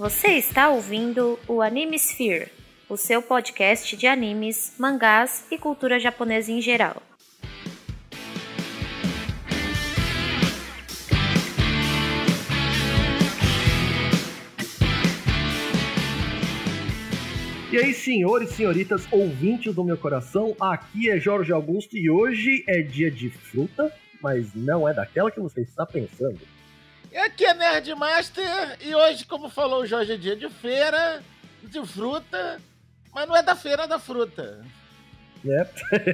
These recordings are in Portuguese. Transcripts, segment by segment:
Você está ouvindo o Animesphere, o seu podcast de animes, mangás e cultura japonesa em geral. E aí, senhores e senhoritas, ouvintes do meu coração, aqui é Jorge Augusto e hoje é dia de fruta, mas não é daquela que você está pensando. E aqui é Nerdmaster e hoje, como falou o Jorge, é dia de feira, de fruta, mas não é da feira, é da fruta. Né?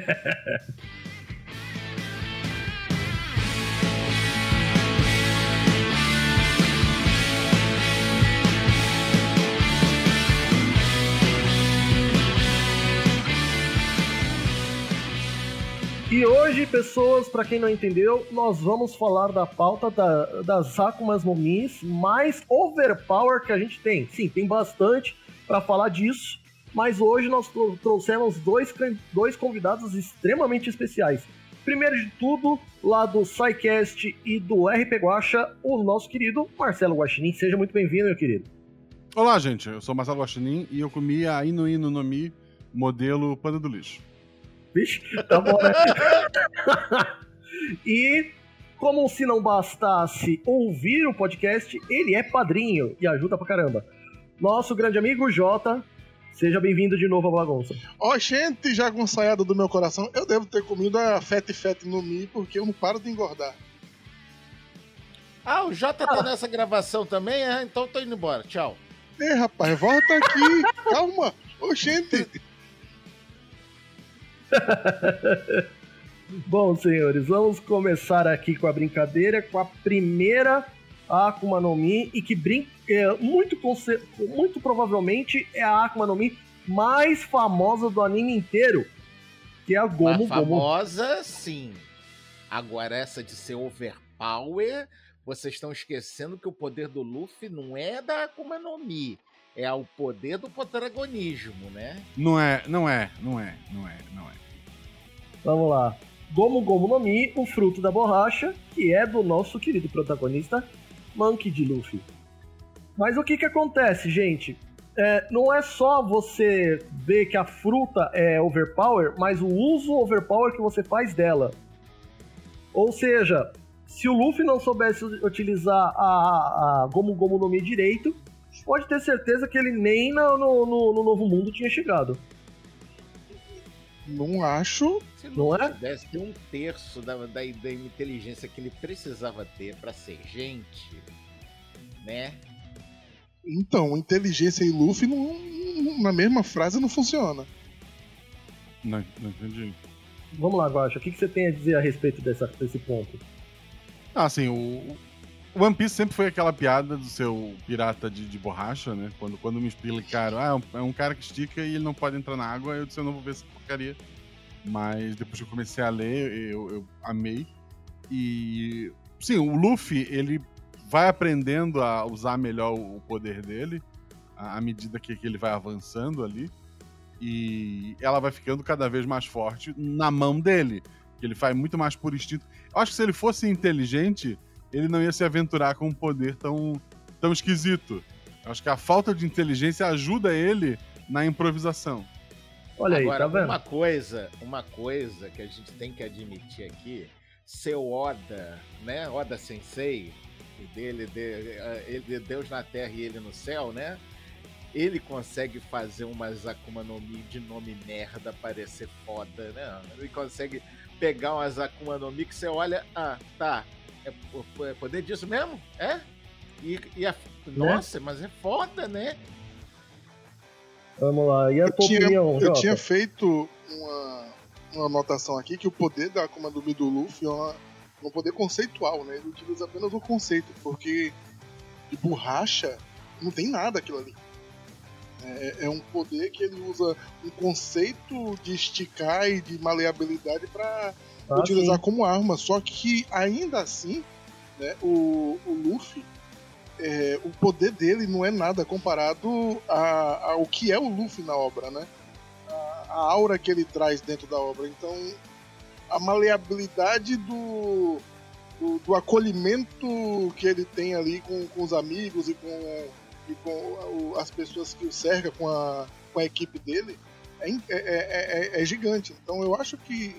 E hoje, pessoas, para quem não entendeu, nós vamos falar da pauta das Akumas no Mis mais overpower que a gente tem. Sim, tem bastante para falar disso, mas hoje nós trouxemos dois convidados extremamente especiais. Primeiro de tudo, lá do SciCast e do RP Guacha, o nosso querido Marcelo Guaxinim. Seja muito bem-vindo, meu querido. Olá, gente. Eu sou o Marcelo Guaxinim e eu comi a Inu Inu no Mi modelo pano do lixo. Vixe, tá bom, né? E, como se não bastasse ouvir o podcast, ele é padrinho e ajuda pra caramba. Nosso grande amigo Jota, seja bem-vindo de novo à bagunça. Gente, já com ensaiada do meu coração, eu devo ter comido a Fete no Mi, porque eu não paro de engordar. Ah, o Jota tá nessa gravação também? Então tô indo embora, tchau. Rapaz, volta aqui, calma. Gente... Bom, senhores, vamos começar aqui com a brincadeira, com a primeira Akuma no Mi, e que muito provavelmente é a Akuma no Mi mais famosa do anime inteiro, que é a Gomu Gomu. Famosa, sim. Agora essa de ser overpower, vocês estão esquecendo que o poder do Luffy não é da Akuma no Mi. É o poder do protagonismo, né? Não é. Vamos lá. Gomu Gomu no Mi, o fruto da borracha, que é do nosso querido protagonista, Monkey D. Luffy. Mas o que acontece, gente? Não é só você ver que a fruta é overpower, mas o uso overpower que você faz dela. Ou seja, se o Luffy não soubesse utilizar a Gomu Gomu no Mi direito, pode ter certeza que ele nem no Novo Mundo tinha chegado. Não acho. Se não é? Tivesse ter um terço da inteligência que ele precisava ter pra ser gente, né? Então, inteligência e Luffy na mesma frase não funciona. Não entendi. Vamos lá, Guaxa, o que você tem a dizer a respeito desse ponto? Assim, o One Piece sempre foi aquela piada do seu pirata de borracha, né? Quando me explicaram, é um cara que estica e ele não pode entrar na água, eu disse, eu não vou ver essa porcaria. Mas depois que eu comecei a ler, eu amei. E, sim, o Luffy, ele vai aprendendo a usar melhor o poder dele, à medida que ele vai avançando ali. E ela vai ficando cada vez mais forte na mão dele, que ele faz muito mais por instinto. Eu acho que se ele fosse inteligente, ele não ia se aventurar com um poder tão esquisito. Eu acho que a falta de inteligência ajuda ele na improvisação. Olha aí, agora, tá vendo? Uma coisa que a gente tem que admitir aqui, seu Oda, né? Oda Sensei, ele Deus na Terra e ele no céu, né? Ele consegue fazer umas Akuma no Mi de nome merda parecer foda, né? Ele consegue pegar umas Akuma no Mi que você olha, tá, é poder disso mesmo? É? Nossa, mas é foda, né? Vamos lá, e a tua opinião, Eu tinha feito uma anotação aqui que o poder da Akuma no Mi do Luffy é um poder conceitual, né? Ele utiliza apenas o conceito, porque de borracha não tem nada aquilo ali. É um poder que ele usa um conceito de esticar e de maleabilidade para utilizar sim, como arma. Só que ainda assim, né, o Luffy, o poder dele não é nada comparado ao que é o Luffy na obra, né? A aura que ele traz dentro da obra. Então, a maleabilidade do acolhimento que ele tem ali com os amigos e e com as pessoas que o cercam, com a equipe dele, é gigante. Então eu acho que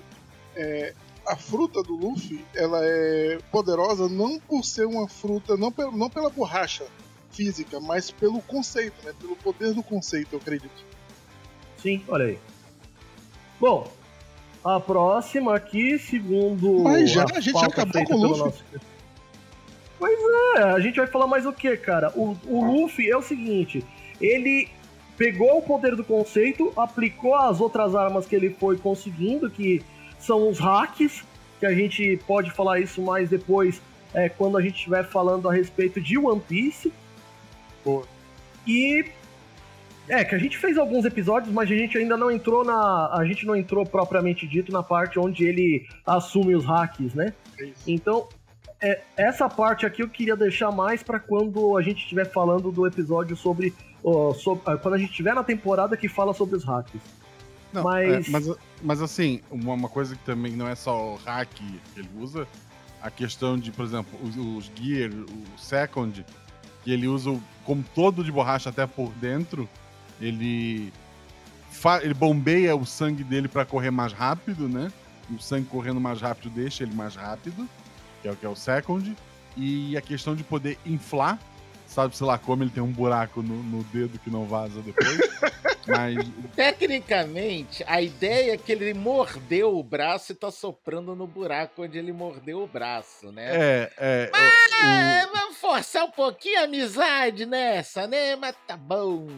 a fruta do Luffy, ela é poderosa não por ser uma fruta, não pela borracha física, mas pelo conceito, né? Pelo poder do conceito, eu acredito. Sim, olha aí. Bom, a próxima aqui, segundo... Mas a gente já acabou com o Luffy. Pois é, a gente vai falar mais o que, cara? O Luffy é o seguinte, ele pegou o poder do conceito, aplicou as outras armas que ele foi conseguindo, que são os hacks, que a gente pode falar isso mais depois, quando a gente estiver falando a respeito de One Piece. Boa. E que a gente fez alguns episódios, mas a gente ainda não entrou a gente não entrou propriamente dito na parte onde ele assume os hacks, né? Então, essa parte aqui eu queria deixar mais para quando a gente estiver falando do episódio sobre quando a gente estiver na temporada que fala sobre os hacks. Não, mas assim, uma coisa que também não é só o hack que ele usa, a questão de, por exemplo, os Gear, o Second, que ele usa como todo de borracha até por dentro, ele bombeia o sangue dele para correr mais rápido, né? O sangue correndo mais rápido deixa ele mais rápido, que é o Second. E a questão de poder inflar, sabe, sei lá como, ele tem um buraco no dedo que não vaza depois. Mas... Tecnicamente, a ideia é que ele mordeu o braço e tá soprando no buraco onde ele mordeu o braço, né? Vamos forçar um pouquinho a amizade nessa, né? Mas tá bom.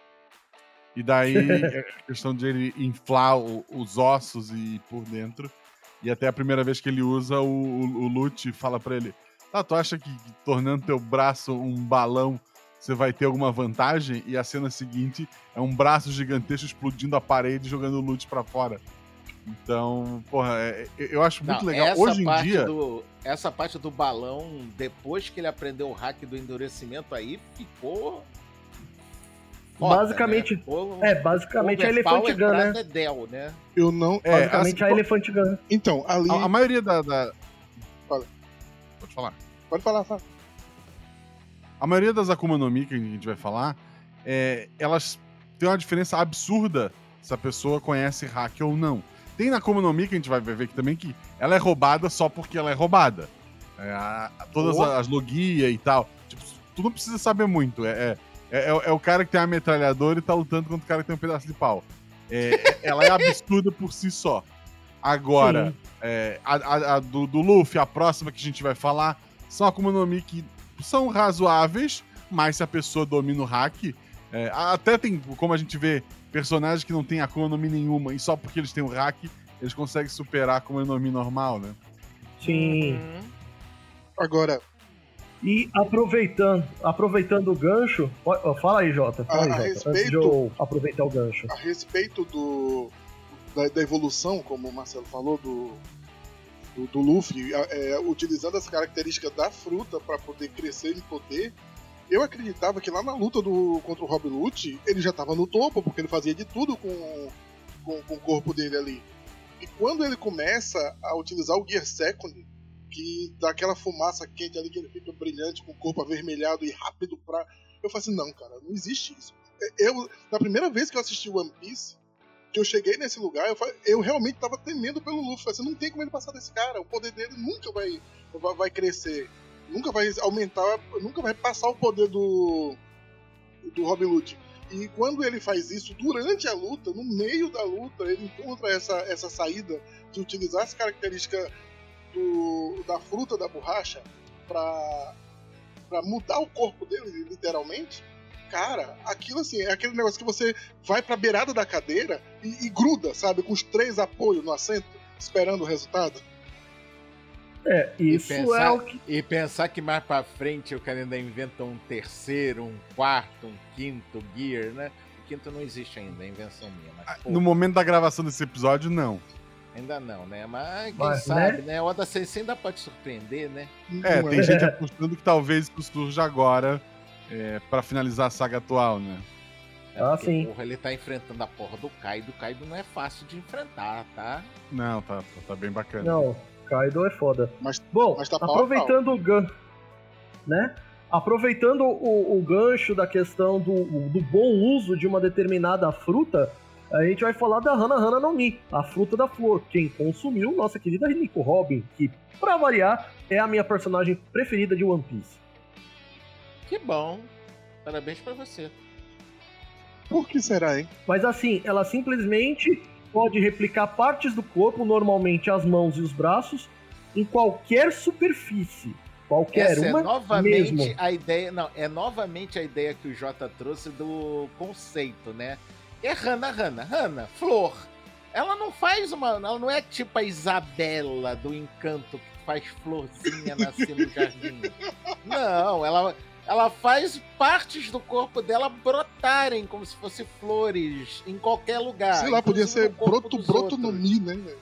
E daí, a questão de ele inflar os ossos e ir por dentro. E até a primeira vez que ele usa, o Lute fala pra ele: tu acha que tornando teu braço um balão você vai ter alguma vantagem? E a cena seguinte é um braço gigantesco explodindo a parede e jogando o Lute pra fora. Então, porra, eu acho muito legal. Hoje em dia... Essa parte do balão, depois que ele aprendeu o hack do endurecimento, aí ficou... Basicamente, né? Basicamente a Elephant Gun, né? Dedel, né? Eu não... basicamente a Elephant Gun. Então, ali... A maioria da... Fala. Pode falar. Pode falar, fala. A maioria das Akuma no Mi que a gente vai falar, elas têm uma diferença absurda se a pessoa conhece hack ou não. Tem na Akuma no Mi que a gente vai ver aqui também que ela é roubada só porque ela é roubada. Todas as logia e tal. Tipo, tu não precisa saber muito. É o cara que tem uma metralhadora e tá lutando contra o cara que tem um pedaço de pau. Ela é absurda por si só. Agora, a do Luffy, a próxima que a gente vai falar, são Akuma no Mi que são razoáveis, mas se a pessoa domina o hack... até tem, como a gente vê, personagens que não tem Akuma no Mi nenhuma, e só porque eles têm o hack, eles conseguem superar a Akuma no Mi normal, né? Sim. Agora... E aproveitando o gancho... Fala aí, Jota. Antes de eu aproveitar o gancho. A respeito da evolução, como o Marcelo falou, do Luffy, utilizando as características da fruta para poder crescer em poder, eu acreditava que lá na luta contra o Rob Lute, ele já estava no topo, porque ele fazia de tudo com o corpo dele ali. E quando ele começa a utilizar o Gear Second, que dá aquela fumaça quente ali, que ele fica brilhante, com o corpo avermelhado e rápido eu falei assim, não, cara, não existe isso. Na primeira vez que eu assisti One Piece, que eu cheguei nesse lugar, eu realmente tava temendo pelo Luffy. Assim, não tem como ele passar desse cara. O poder dele nunca vai crescer. Nunca vai aumentar, nunca vai passar o poder do Robin Hood. E quando ele faz isso durante a luta, no meio da luta, ele encontra essa saída de utilizar as características da fruta da borracha pra mudar o corpo dele, literalmente. Cara, aquilo assim, é aquele negócio que você vai pra beirada da cadeira e gruda, sabe? Com os 3 apoios no assento, esperando o resultado. Isso E pensar que mais pra frente o cara ainda inventa um terceiro, um quarto, um quinto Gear, né? O quinto não existe ainda, é invenção minha. Mas, no momento da gravação desse episódio, não. Ainda não, né? Mas quem sabe, né? Oda Sensei ainda pode surpreender, né? Tem gente apostando que talvez isso surja agora pra finalizar a saga atual, né? Sim. Porra, ele tá enfrentando a porra do Kaido. O Kaido não é fácil de enfrentar, tá? Não, tá bem bacana. Não, Kaido é foda. Mas bom, tá aproveitando o gancho, né? aproveitando o gancho da questão do bom uso de uma determinada fruta, a gente vai falar da Hana Hana no Mi, a fruta da flor. Quem consumiu, nossa querida Nico Robin, que, pra variar, é a minha personagem preferida de One Piece. Que bom. Parabéns pra você. Por que será, hein? Mas assim, ela simplesmente pode replicar partes do corpo, normalmente as mãos e os braços, em qualquer superfície. Qualquer Essa uma é novamente mesmo. a ideia. Não, é novamente a ideia que o Jota trouxe do conceito, né? É Hana, flor. Ela não faz ela não é tipo a Isabela do Encanto que faz florzinha nascer no jardim. Não, ela faz partes do corpo dela brotarem como se fossem flores em qualquer lugar. Sei lá, podia inclusive ser no corpo dos broto no outros. Mi, né, velho?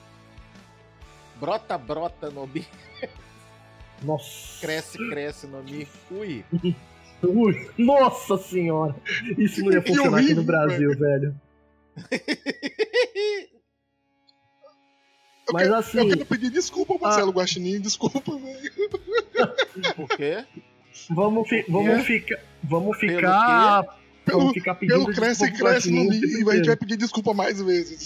Brota no Mi. Nossa. Cresce no Mi. Ui. Ui, nossa senhora. Isso não ia Que funcionar aqui no horrível, Brasil, velho. Mas assim... Eu quero pedir desculpa, Marcelo Guaxinim. Desculpa, velho. Por quê? Vamos ficar pedindo Pelo cresce e desculpa cresce no pro Mi, Guaxinim e a gente vai pedir desculpa mais vezes.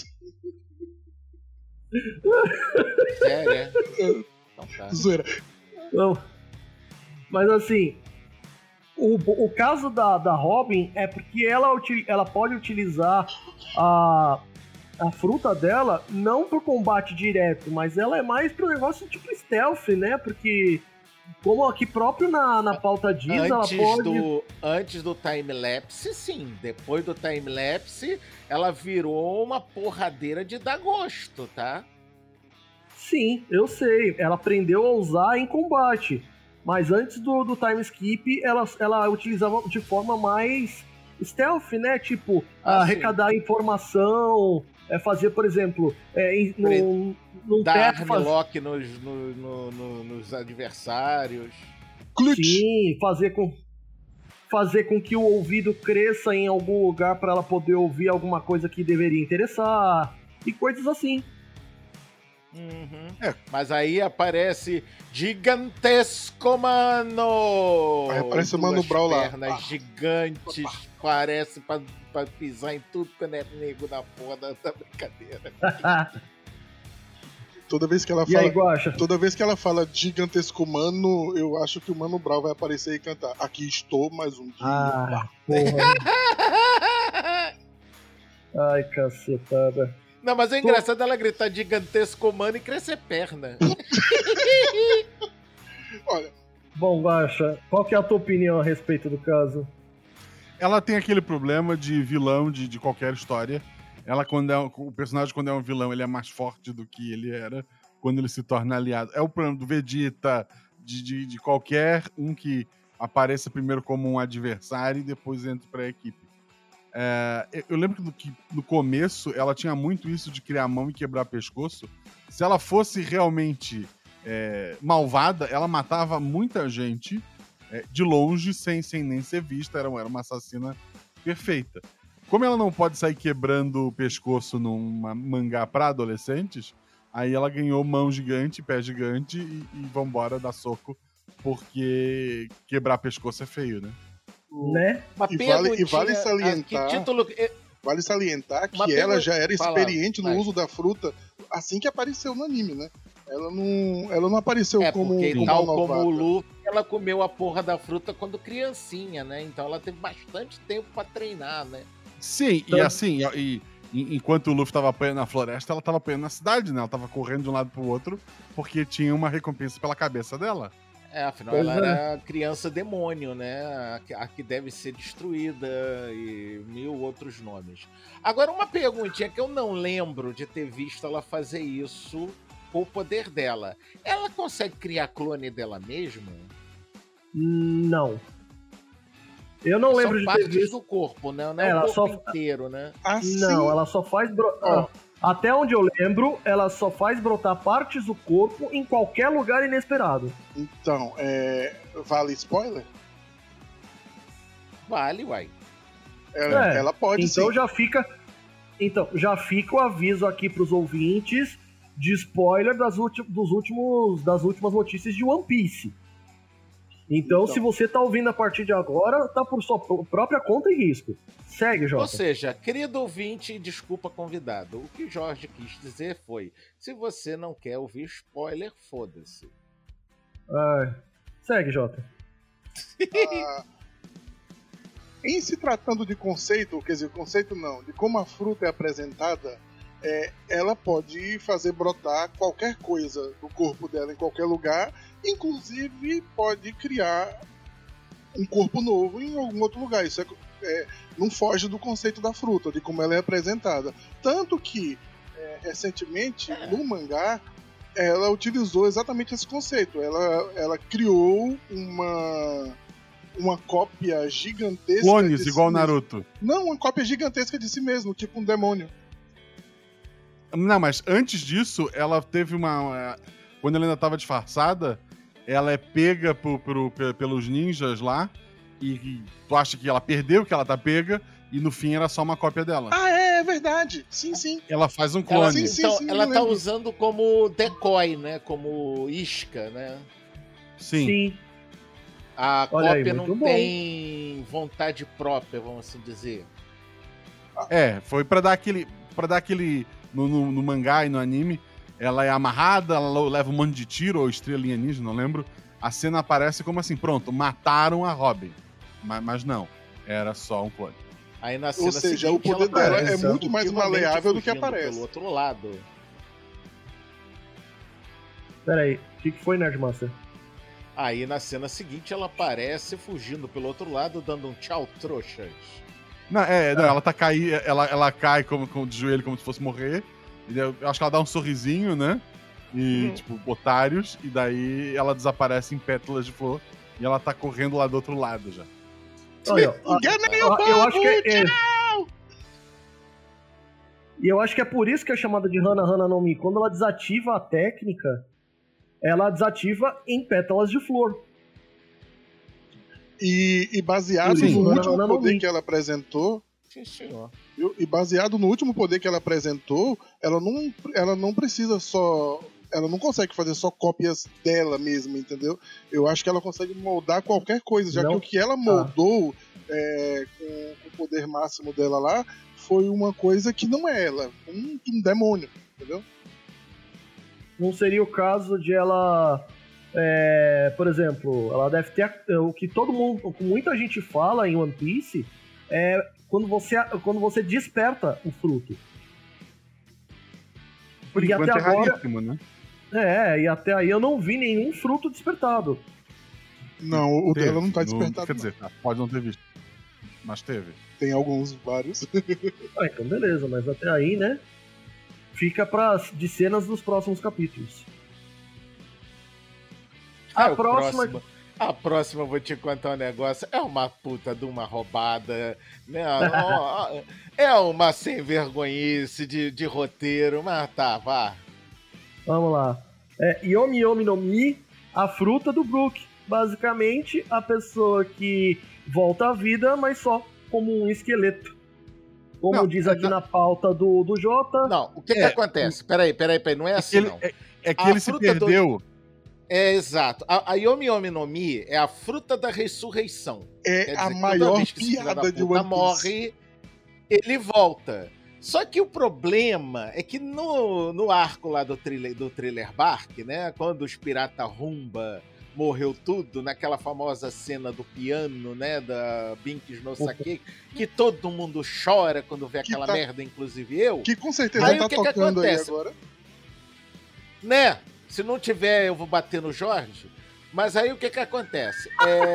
Sério, é? Então tá. Zoeira. Não. Mas assim, o caso da Robin é porque ela pode utilizar a fruta dela não pro combate direto, mas ela é mais pro negócio tipo stealth, né? Porque, como aqui próprio na pauta diz, ela pode... Antes do time-lapse, sim. Depois do time-lapse, ela virou uma porradeira de dar gosto, tá? Sim, eu sei. Ela aprendeu a usar em combate. Mas antes do time skip, ela utilizava de forma mais stealth, né? Tipo, arrecadar informação, fazer, por exemplo, num dar teto... armlock nos adversários. Clutch. Sim, fazer com que o ouvido cresça em algum lugar para ela poder ouvir alguma coisa que deveria interessar. E coisas assim. Uhum. Mas aí aparece Gigantesco Mano! Aí aparece o Mano Brown lá. Pernas gigantes, parece pra pisar em tudo quando é nego na porra da brincadeira. Toda vez que ela E fala, aí, Guaxa? toda vez que ela fala Gigantesco Mano, eu acho que o Mano Brown vai aparecer e cantar Aqui estou mais um dia. Ah, porra. Ai, cacetada. Não, mas é engraçado ela gritar Gigantesco Mano e crescer perna. Olha, Bom, Guaxa, qual que é a tua opinião a respeito do caso? Ela tem aquele problema de vilão de qualquer história. Ela, o personagem, quando é um vilão, ele é mais forte do que ele era quando ele se torna aliado. É o problema do Vegeta, de qualquer um que apareça primeiro como um adversário e depois entra pra equipe. Eu lembro que no começo ela tinha muito isso de criar a mão e quebrar pescoço. Se ela fosse realmente malvada, ela matava muita gente de longe, sem nem ser vista. Era uma assassina perfeita. Como ela não pode sair quebrando o pescoço num mangá pra adolescentes, aí ela ganhou mão gigante, pé gigante e vambora dar soco, porque quebrar pescoço é feio, né? Né? Vale salientar. Vale salientar que ela já era experiente no uso da fruta assim que apareceu no anime, né? Ela não apareceu como tal uma como o Luffy, ela comeu a porra da fruta quando criancinha, né? Então ela teve bastante tempo pra treinar, né? Sim, e assim, enquanto o Luffy tava apanhando na floresta, ela tava apanhando na cidade, né? Ela tava correndo de um lado pro outro, porque tinha uma recompensa pela cabeça dela. Afinal ela era criança demônio, né? A que deve ser destruída e 1000 outros nomes. Agora, uma perguntinha que eu não lembro de ter visto ela fazer isso com o poder dela. Ela consegue criar clone dela mesma? Não. Eu não lembro de ter partes visto. do corpo, né? Não é o corpo inteiro, né? Assim, Não, ela só faz brotar. Até onde eu lembro, ela só faz brotar partes do corpo em qualquer lugar inesperado. Então, vale spoiler? Vale, uai. Ela pode então sim. Já fica o aviso aqui pros ouvintes de spoiler das últimas notícias de One Piece. Então, se você tá ouvindo a partir de agora, tá por sua própria conta e risco. Segue, Jota. Ou seja, querido ouvinte, desculpa convidado, o que Jorge quis dizer foi, se você não quer ouvir spoiler, foda-se. Segue, Jota. Em se tratando de conceito, quer dizer, conceito não, de como a fruta é apresentada, ela pode fazer brotar qualquer coisa do corpo dela em qualquer lugar, inclusive pode criar um corpo novo em algum outro lugar. Isso não foge do conceito da fruta, de como ela é apresentada. Tanto que, recentemente, no mangá, ela utilizou exatamente esse conceito. Ela criou uma cópia gigantesca. Clones, de igual si Naruto. Não, uma cópia gigantesca de si mesmo, tipo um demônio. Não, mas antes disso, ela teve uma... Quando ela ainda tava disfarçada, ela é pega pelos ninjas lá, e tu acha que ela perdeu, que ela tá pega, e no fim era só uma cópia dela. Ah, é verdade. Sim. Ela faz um clone. Sim, ela eu tá lembro. usando como decoy, né? Como isca, né? Sim. A Olha aí, cópia muito não bom. tem vontade própria, vamos assim dizer. Foi pra dar aquele... No mangá e no anime, ela é amarrada, ela leva um monte de tiro, ou estrelinha ninja, não lembro. A cena aparece como assim, pronto, mataram a Robin. Mas não, era só um clone. Aí na cena Ou seja, seguinte, o poder ela dela aparece é muito mais furtivamente maleável do que fugindo aparece. Pelo outro lado. Pera aí, o que foi, Nerdmaster? Aí na cena seguinte ela aparece fugindo pelo outro lado, dando um tchau, trouxas. Não, ela tá ela cai de joelho como se fosse morrer. E eu acho que ela dá um sorrisinho, né? E, tipo, otários. E daí ela desaparece em pétalas de flor. E ela tá correndo lá do outro lado já. Olha, Enganei o eu acho que povo, E eu acho que é por isso que é chamada de Hana Hana no Mi. Quando ela desativa a técnica, ela desativa em pétalas de flor. E baseado Sim. no último Não, poder que ela apresentou, Sim, senhor. e baseado no último poder que ela apresentou, ela não precisa só... Ela não consegue fazer só cópias dela mesma, entendeu? Eu acho que ela consegue moldar qualquer coisa, já Não. que o que ela moldou com o poder máximo dela lá foi uma coisa que não é ela, um demônio, entendeu? Não seria o caso de ela... por exemplo, ela deve ter... O que todo mundo... O que muita gente fala em One Piece é quando você desperta o fruto. Por E enquanto até é agora- raríssimo, né? E até aí eu não vi nenhum fruto despertado. Não, o Teve, dela não tá despertado. Quer dizer, pode não ter visto. Mas teve. Tem alguns, vários. Então beleza, mas até aí, né? Fica de cenas dos próximos capítulos. A próxima eu vou te contar um negócio. É uma puta de uma roubada, né? É uma sem vergonhice de roteiro, mas tá, vá. Vamos lá. Yomi Yomi no Mi, a fruta do Brook. Basicamente, a pessoa que volta à vida, mas só como um esqueleto. Como Não, diz aqui na pauta do Jota. Não, o que acontece? Peraí, não é assim, não. É que A ele se fruta do- perdeu. Exato. A Yomi Yomi no Mi é a fruta da ressurreição. É Quer a dizer, toda maior vez que esse filho da piada de puta One Piece. morre, ele volta. Só que o problema é que no arco lá do Thriller Bark, né? Quando os pirata rumba morreu tudo, naquela famosa cena do piano, né? Da Binks no Sake, que todo mundo chora quando vê aquela merda, inclusive eu. Que com certeza Aí tá o que tocando aí acontece? agora. Né? Se não tiver, eu vou bater no Jorge. Mas aí o que acontece?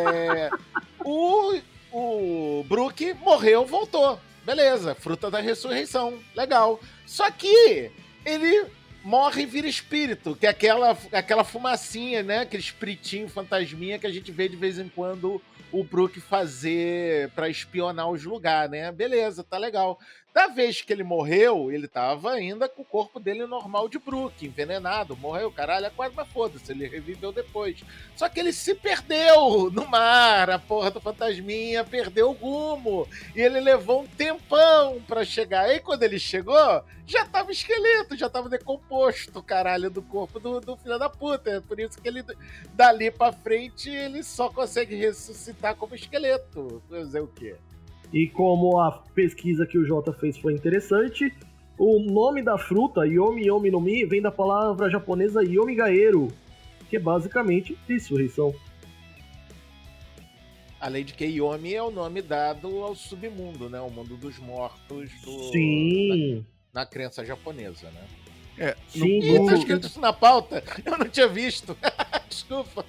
O Brook morreu, voltou. Beleza, fruta da ressurreição. Legal. Só que ele morre e vira espírito, que é aquela fumacinha, né? Aquele espiritinho, fantasminha que a gente vê de vez em quando o Brook fazer pra espionar os lugares, né? Beleza, tá legal. Da vez que ele morreu, ele tava ainda com o corpo dele normal de Brook, envenenado, morreu, caralho, é quase, mas foda-se, ele reviveu depois. Só que ele se perdeu no mar, a porra do fantasminha perdeu o rumo, e ele levou um tempão pra chegar. Aí quando ele chegou, já tava esqueleto, já tava decomposto, caralho, do corpo do filho da puta. É por isso que ele, dali pra frente, ele só consegue ressuscitar como esqueleto. Fazer o quê? E como a pesquisa que o Jota fez foi interessante, o nome da fruta, Yomi Yomi no Mi, vem da palavra japonesa Yomigaeru, que é basicamente ressurreição. Além de que Yomi é o nome dado ao submundo, né? O mundo dos mortos Sim. na crença japonesa, né? Sim, Ih, tá escrito isso na pauta? Eu não tinha visto. Desculpa.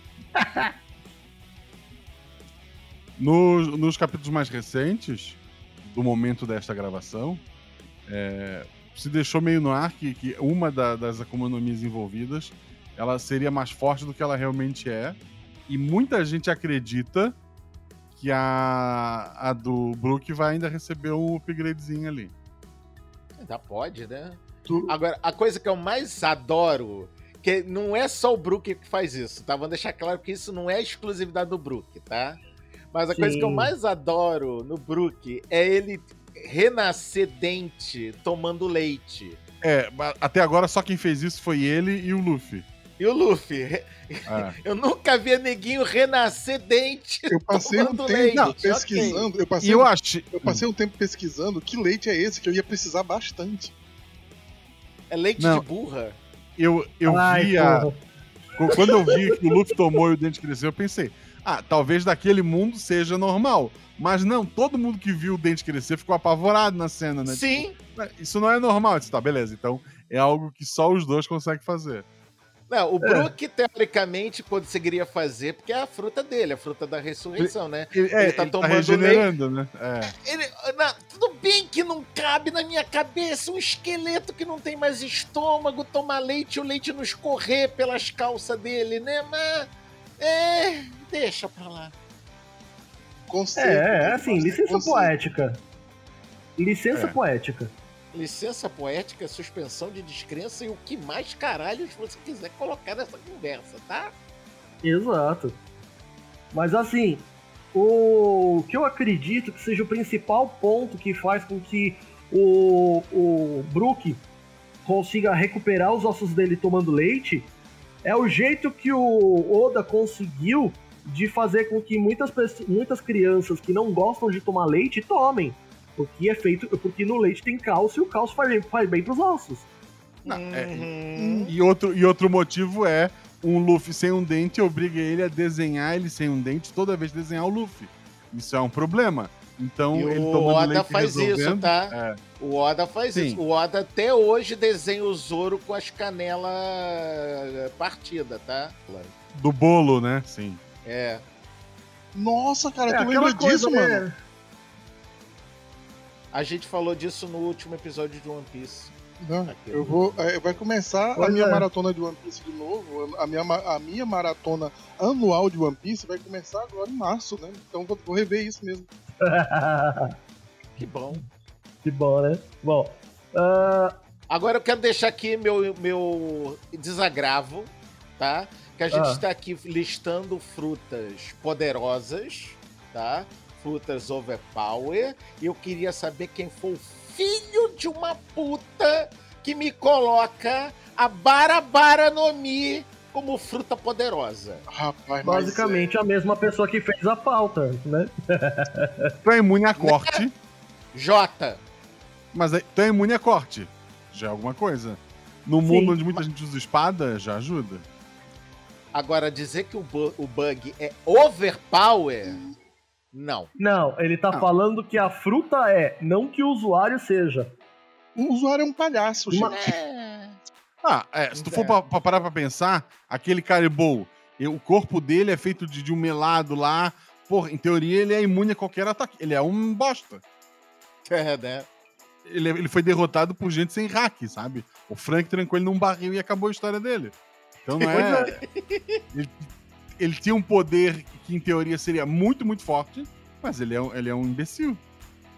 Nos capítulos mais recentes, do momento desta gravação, se deixou meio no ar que uma das Akuma no Mis envolvidas, ela seria mais forte do que ela realmente é. E muita gente acredita que a do Brook vai ainda receber um upgradezinho ali. Ainda pode, né? Agora, a coisa que eu mais adoro, que não é só o Brook que faz isso, tá? Vamos deixar claro que isso não é exclusividade do Brook, tá? Mas a coisa que eu mais adoro no Brook é ele renascer dente tomando leite. Até agora só quem fez isso foi ele e o Luffy. E o Luffy? Eu nunca vi neguinho renascer dente. Eu passei um tempo leite. pesquisando. Okay. Eu passei um tempo pesquisando que leite é esse que eu ia precisar bastante. É leite de burra? Eu vi quando eu vi que o Luffy tomou e o dente cresceu, eu pensei, talvez daquele mundo seja normal. Mas não, todo mundo que viu o dente crescer ficou apavorado na cena, né? Sim. Tipo, isso não é normal. Eu disse, tá, beleza. Então é algo que só os dois conseguem fazer. Não, o Brook, teoricamente, conseguiria fazer, porque é a fruta dele, a fruta da ressurreição, né? Ele tá tomando regenerando, leite. Né? Tudo bem que não cabe na minha cabeça um esqueleto que não tem mais estômago tomar leite e o leite não escorrer pelas calças dele, né? Mas, deixa pra lá. Assim, licença poética. Licença poética. Licença poética, suspensão de descrença e o que mais caralho você quiser colocar nessa conversa, tá? Exato. Mas assim, o que eu acredito que seja o principal ponto que faz com que o Brook consiga recuperar os ossos dele tomando leite é o jeito que o Oda conseguiu de fazer com que muitas crianças que não gostam de tomar leite tomem. Porque no leite tem cálcio e o cálcio faz bem pros ossos. E outro motivo é um Luffy sem um dente obriga ele a desenhar ele sem um dente toda vez que desenhar o Luffy. Isso é um problema. Então ele tomando leite Oda faz isso, tá? O Oda faz isso. O Oda até hoje desenha o Zoro com as canelas partidas, tá? Do bolo, né? Sim. Nossa, cara, tu lembra disso, mano? A gente falou disso no último episódio de One Piece. Não, vai começar a minha maratona de One Piece de novo. A minha maratona anual de One Piece vai começar agora em março, né? Então vou rever isso mesmo. Que bom. Que bom, né? Bom. Agora eu quero deixar aqui meu desagravo, tá? Que a gente está aqui listando frutas poderosas, tá? Frutas overpower, e eu queria saber quem foi o filho de uma puta que me coloca a Barabara no Mi como fruta poderosa. Rapaz, basicamente a mesma pessoa que fez a pauta, né? Tu é imune a corte. Jota. Mas tu é imune a corte. Já é alguma coisa. No mundo onde muita gente usa espada, já ajuda. Agora, dizer que o Bug é overpower... Não. Não, ele tá falando que a fruta não que o usuário seja. O usuário é um palhaço, gente. Se tu for pra parar pra pensar, aquele Caribou, o corpo dele é feito de um melado lá. Porra, em teoria ele é imune a qualquer ataque. Ele é um bosta. Né? Ele foi derrotado por gente sem hack, sabe? O Frank trancou ele num barril e acabou a história dele. Então não é... Ele tinha um poder que, em teoria, seria muito, muito forte, mas ele é um imbecil.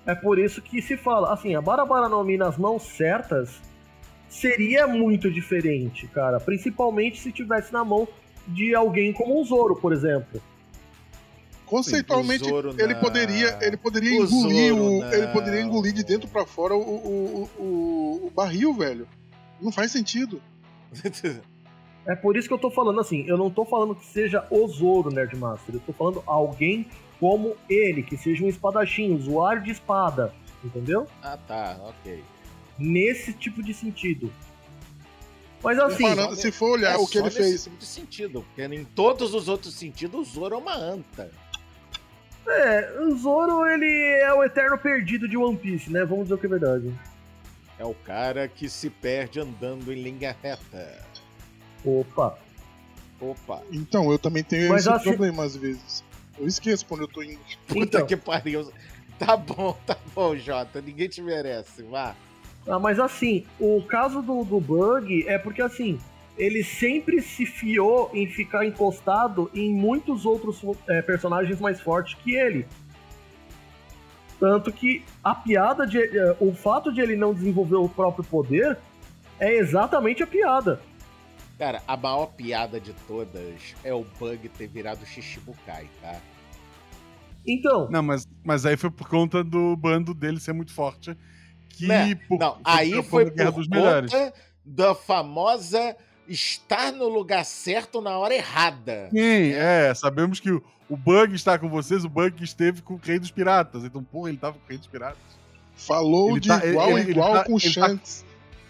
É por isso que se fala, assim, a Barabara no Mi nas mãos certas seria muito diferente, cara. Principalmente se tivesse na mão de alguém como o Zoro, por exemplo. Conceitualmente, Sim, o Zoro ele poderia O engolir Zoro ele poderia engolir de dentro pra fora o barril, velho. Não faz sentido. É por isso que eu tô falando assim, eu não tô falando que seja o Zoro Nerdmaster, eu tô falando alguém como ele, que seja um espadachim, usuário de espada, entendeu? Ah, tá, ok. Nesse tipo de sentido. Mas assim, Se for olhar o que ele fez. Tipo de sentido, porque em todos os outros sentidos o Zoro é uma anta. o Zoro, ele é o eterno perdido de One Piece, né? Vamos dizer o que é verdade. É o cara que se perde andando em linha reta. Opa. Então, eu também tenho Mas esse assim- problema às vezes. Eu esqueço quando eu tô indo. Puta Então. que pariu. Tá bom, Jota. Ninguém te merece, vá. Mas assim, o caso do Bug é porque assim, ele sempre se fiou em ficar encostado em muitos outros personagens mais fortes que ele. Tanto que a piada o fato de ele não desenvolver o próprio poder é exatamente a piada. Cara, a maior piada de todas é o Bug ter virado Shichibukai, tá? Então, Não, mas aí foi por conta do bando dele ser muito forte. Que Né? por- Aí foi a Guerra por dos Melhores. conta da famosa estar no lugar certo na hora errada. Sim, sabemos que o Bug está com vocês, o Bug esteve com o Rei dos Piratas. Então, porra, ele tava com o Rei dos Piratas. Falou Ele de tá- igual a ele igual tá- com o ele tá- Shanks.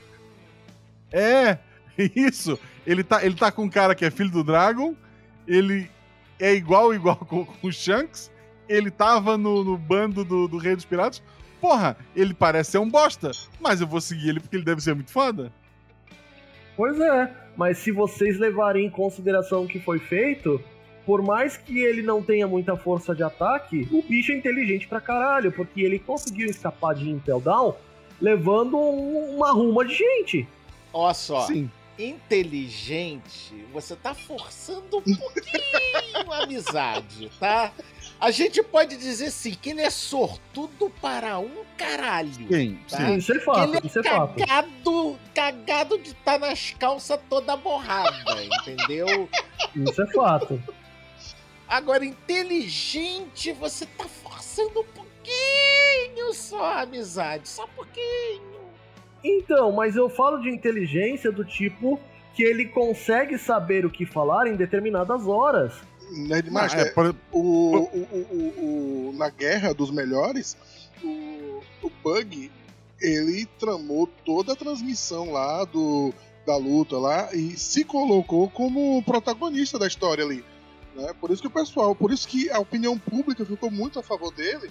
Isso. Ele tá com um cara que é filho do Dragon, ele é igual com o Shanks, ele tava no bando do Rei dos Piratas. Porra, ele parece ser um bosta, mas eu vou seguir ele porque ele deve ser muito foda. pois é, mas se vocês levarem em consideração o que foi feito, por mais que ele não tenha muita força de ataque, o bicho é inteligente pra caralho, porque ele conseguiu escapar de Impel Down levando uma ruma de gente. Olha só, Sim. inteligente, você tá forçando um pouquinho a amizade, tá? A gente pode dizer sim que ele é sortudo para um caralho. Sim, Tá? sim. Isso é Que fato, ele é isso é fato. cagado de estar nas calças toda borrada, entendeu? Isso é fato. Agora, inteligente, você tá forçando um pouquinho só a amizade, só um pouquinho. Então, mas eu falo de inteligência do tipo que ele consegue saber o que falar em determinadas horas. Nerdmaster, na Guerra dos Melhores, o Bug, ele tramou toda a transmissão lá da luta lá e se colocou como protagonista da história ali. Né? Por isso que a opinião pública ficou muito a favor dele.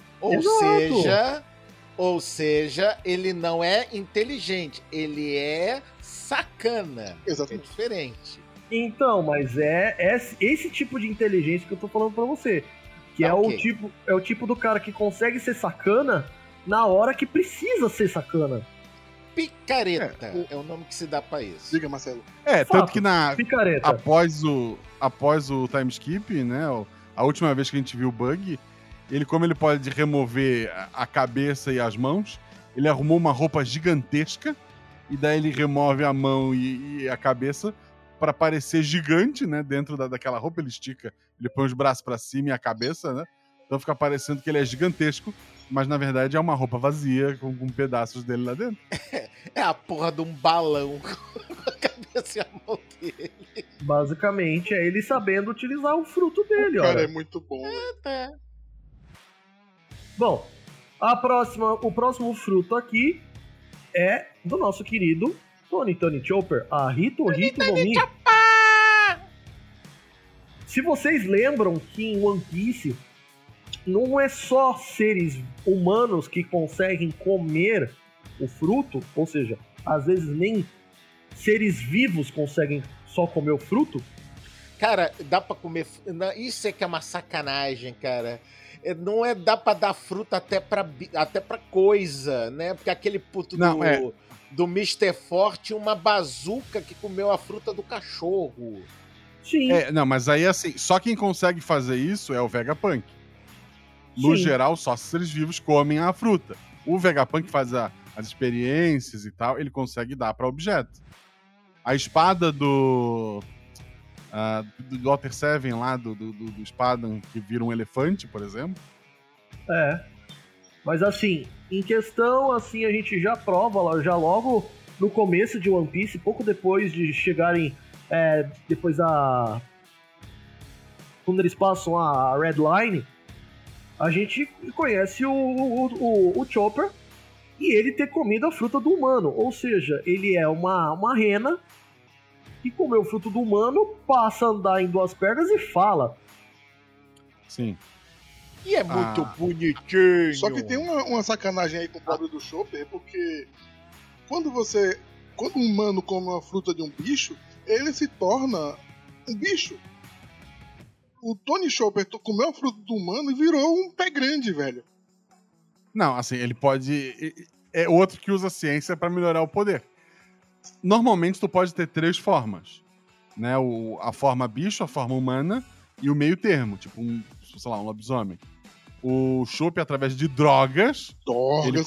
Ou seja, ele não é inteligente, ele é sacana. Exatamente. É diferente. Então, mas é esse tipo de inteligência que eu tô falando pra você. Que Ok. é o tipo do cara que consegue ser sacana na hora que precisa ser sacana. Picareta é o nome que se dá pra isso. Diga, Marcelo. Fato. Tanto que Picareta. após o time skip, né, a última vez que a gente viu o Bug, como ele pode remover a cabeça e as mãos, ele arrumou uma roupa gigantesca, e daí ele remove a mão e a cabeça pra parecer gigante, né, dentro daquela roupa, ele estica, ele põe os braços pra cima e a cabeça, né, então fica parecendo que ele é gigantesco, mas na verdade é uma roupa vazia com pedaços dele lá dentro. É a porra de um balão com a cabeça e a mão dele. Basicamente, é ele sabendo utilizar o fruto dele, O cara olha. é muito bom. Né? Bom, o próximo fruto aqui é do nosso querido Tony Chopper, a Hito no Mi. Se vocês lembram que em One Piece não é só seres humanos que conseguem comer o fruto, ou seja, às vezes nem seres vivos conseguem só comer o fruto. Cara, dá pra comer. Isso é que é uma sacanagem, cara. Não dá pra dar fruta até pra coisa, né? Porque aquele puto do Mr. Forte, uma bazuca que comeu a fruta do No Sim. geral, só seres vivos comem a fruta. O Vegapunk faz as experiências e tal, ele consegue dar para objeto. A espada do Water 7 lá, do Spadan, que vira um elefante, por exemplo. Mas assim, em questão, assim, a gente já prova, já logo no começo de One Piece, pouco depois de chegarem, depois quando eles passam a Red Line, a gente conhece o Chopper e ele ter comido a fruta do humano. Ou seja, ele é uma rena que comeu o fruto do humano, passa a andar em duas pernas e fala. Sim. E é muito bonitinho. Só que tem uma sacanagem aí com o pobre do Chopper, porque quando um humano come uma fruta de um bicho, ele se torna um bicho. O Tony Chopper comeu a fruta do humano e virou um pé grande, velho. Não, assim, ele pode... É outro que usa a ciência pra melhorar o poder. Normalmente, tu pode ter 3 formas. Né? A forma bicho, a forma humana e o meio termo. Tipo, um lobisomem. O Chopper, através de drogas, ele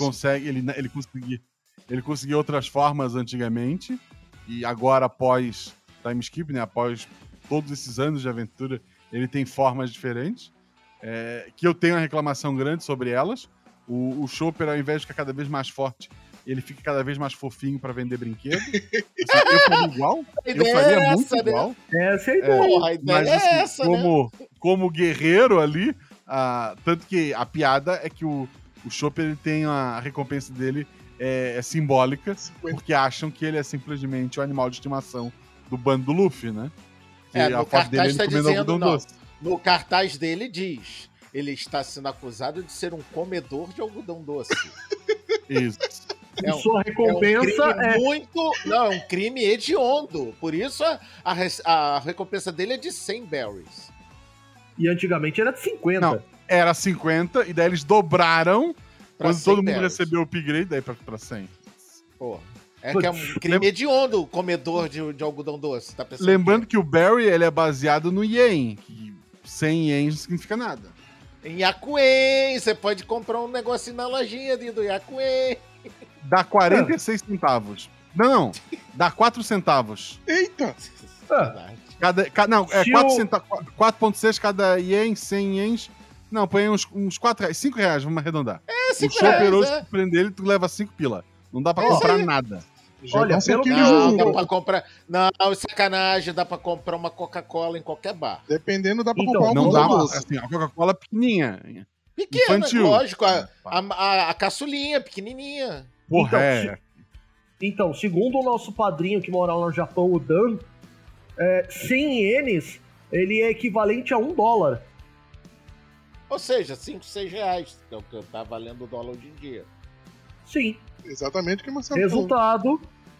conseguia outras formas antigamente. E agora, após time skip, né? Após todos esses anos de aventura, ele tem formas diferentes. Que eu tenho uma reclamação grande sobre elas. O Chopper, ao invés de ficar cada vez mais forte, ele fica cada vez mais fofinho pra vender brinquedo. Assim, eu faria igual. Eu faria muito igual. Essa é a ideia. Porra, a ideia Mas, é assim, essa, né? como guerreiro ali, tanto que a piada é que o Chopper, ele tem a recompensa dele é simbólica, porque acham que ele é simplesmente o animal de estimação do bando do Luffy, né? Que No cartaz tá comendo dizendo, algodão não. doce. No cartaz dele diz, ele está sendo acusado de ser um comedor de algodão doce. Isso. E sua recompensa é um crime hediondo. Por isso a recompensa dele é de 100 berries. E antigamente era de 50. Não, era 50, e daí eles dobraram Pra quando 100 todo mundo berries. recebeu o upgrade, daí pra 100. Porra. Que é um crime hediondo o comedor de algodão doce. Tá pensando Lembrando que o Barry, ele é baseado no ien, que 100 ienes não significa nada. em Yakuen, você pode comprar um negocinho na lojinha ali do Yakuen. Dá 46 centavos. Não, dá 4 centavos. Eita! Não, é Se 4,6 cada ien, 100 ienes. Não, põe uns 4 reais, 5 reais, vamos arredondar. É, 5 o Chopper reais, hoje, se prender ele, tu leva 5 pila. Não dá pra comprar nada. Olha, pelo que Não, dá pra comprar... Não, sacanagem, dá pra comprar uma Coca-Cola em qualquer bar. Dependendo, dá pra Então, comprar um Não algodão dá, doce. assim, a Coca-Cola é pequenininha. Pequena, Infantil. lógico. A caçulinha, pequenininha. Porra, Então, segundo o nosso padrinho que mora lá no Japão, o Dan, 100 ienes, ele é equivalente a $1. Ou seja, 5, 6 reais. Que é o que tá valendo o dólar hoje em dia. Sim. Exatamente o que o Marcelo falou.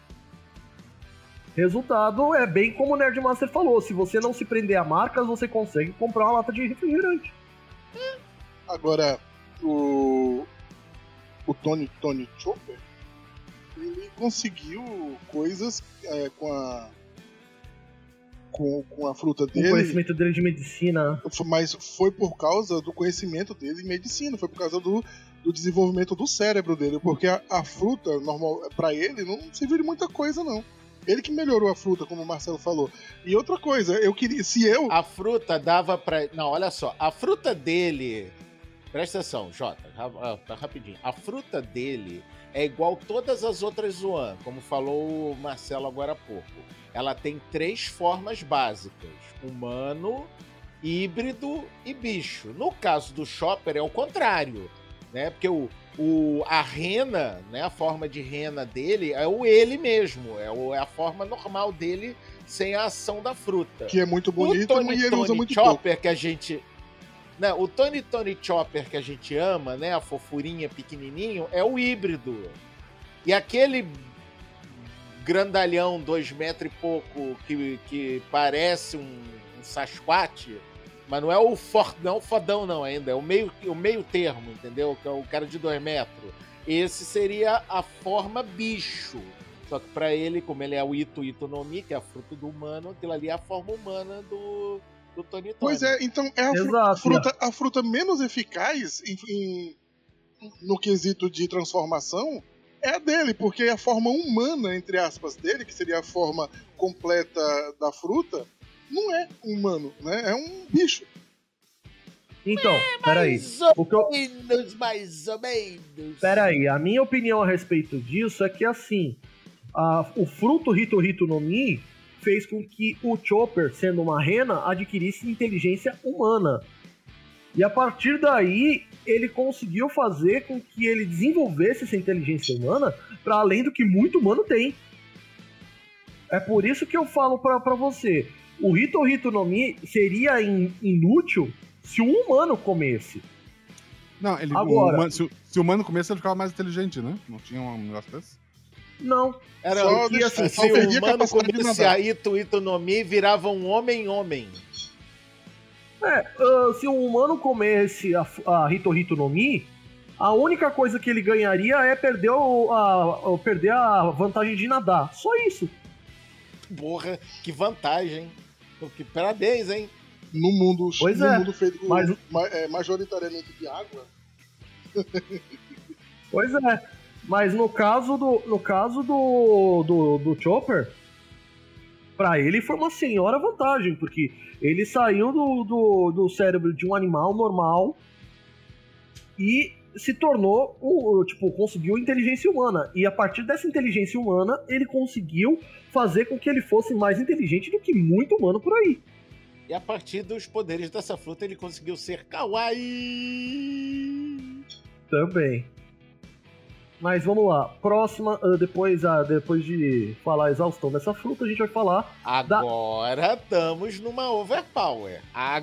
Resultado é bem como o Nerdmaster falou. Se você não se prender a marcas, você consegue comprar uma lata de refrigerante. Agora, o Tony Chopper, ele conseguiu coisas com a fruta O dele, conhecimento dele de medicina. mas foi por causa do conhecimento dele em medicina, foi por causa do desenvolvimento do cérebro dele, porque a fruta, normal, pra ele, não serviu de muita coisa, não. Ele que melhorou a fruta, como o Marcelo falou. E outra coisa, eu queria... A fruta dava pra... Não, olha só. A fruta dele... Presta atenção, Jota. Tá rapidinho. A fruta dele é igual todas as outras Zoan, como falou o Marcelo agora há pouco. Ela tem 3 formas básicas. Humano, híbrido e bicho. No caso do Chopper é o contrário, né? Porque a rena, né? A forma de rena dele é ele mesmo. É a forma normal dele sem a ação da fruta. Que é muito bonito e ele usa muito Chopper pouco. que a gente... Né, o Tony Chopper que a gente ama, né? A fofurinha pequenininho, é o híbrido. E aquele grandalhão, 2 metros e pouco, que parece um Sasquatch, mas não é o fodão não ainda, é o meio termo, entendeu? Que é o cara de 2 metros. Esse seria a forma bicho. Só que pra ele, como ele é o Ito no Mi, que é a fruta do humano, aquilo ali é a forma humana do Tony Tony. Pois é, então é a fruta menos eficaz no quesito de transformação é a dele, porque a forma humana, entre aspas, dele, que seria a forma completa da fruta, não é humano, né? É um bicho. Então, peraí. Mais ou menos. Peraí, a minha opinião a respeito disso é que, assim, o fruto Hito no Mi fez com que o Chopper, sendo uma rena, adquirisse inteligência humana. E a partir daí, ele conseguiu fazer com que ele desenvolvesse essa inteligência humana para além do que muito humano tem. É por isso que eu falo pra você, o Hito no Mi seria inútil se um humano comesse. Não, Agora, se o humano comesse, ele ficava mais inteligente, né? Não tinha um negócio desse? Não. Era Só que, assim, só se o perdia a humano capacidade de comesse nadar. a Ito no Mi, virava um homem. Se um humano comesse a Hito no Mi, a única coisa que ele ganharia é perder a vantagem de nadar. Só isso. Porra, que vantagem. Que parabéns, hein? No mundo, Pois no é, mundo feito mas- majoritariamente de água. Pois é. Mas no caso do Chopper, pra ele foi uma senhora vantagem, porque ele saiu do cérebro de um animal normal e se tornou, conseguiu inteligência humana. E a partir dessa inteligência humana, ele conseguiu fazer com que ele fosse mais inteligente do que muito humano por aí. E a partir dos poderes dessa fruta, ele conseguiu ser kawaii. Também. Mas vamos lá. Próxima, depois de falar a exaustão dessa fruta, a gente vai falar Agora estamos numa overpower.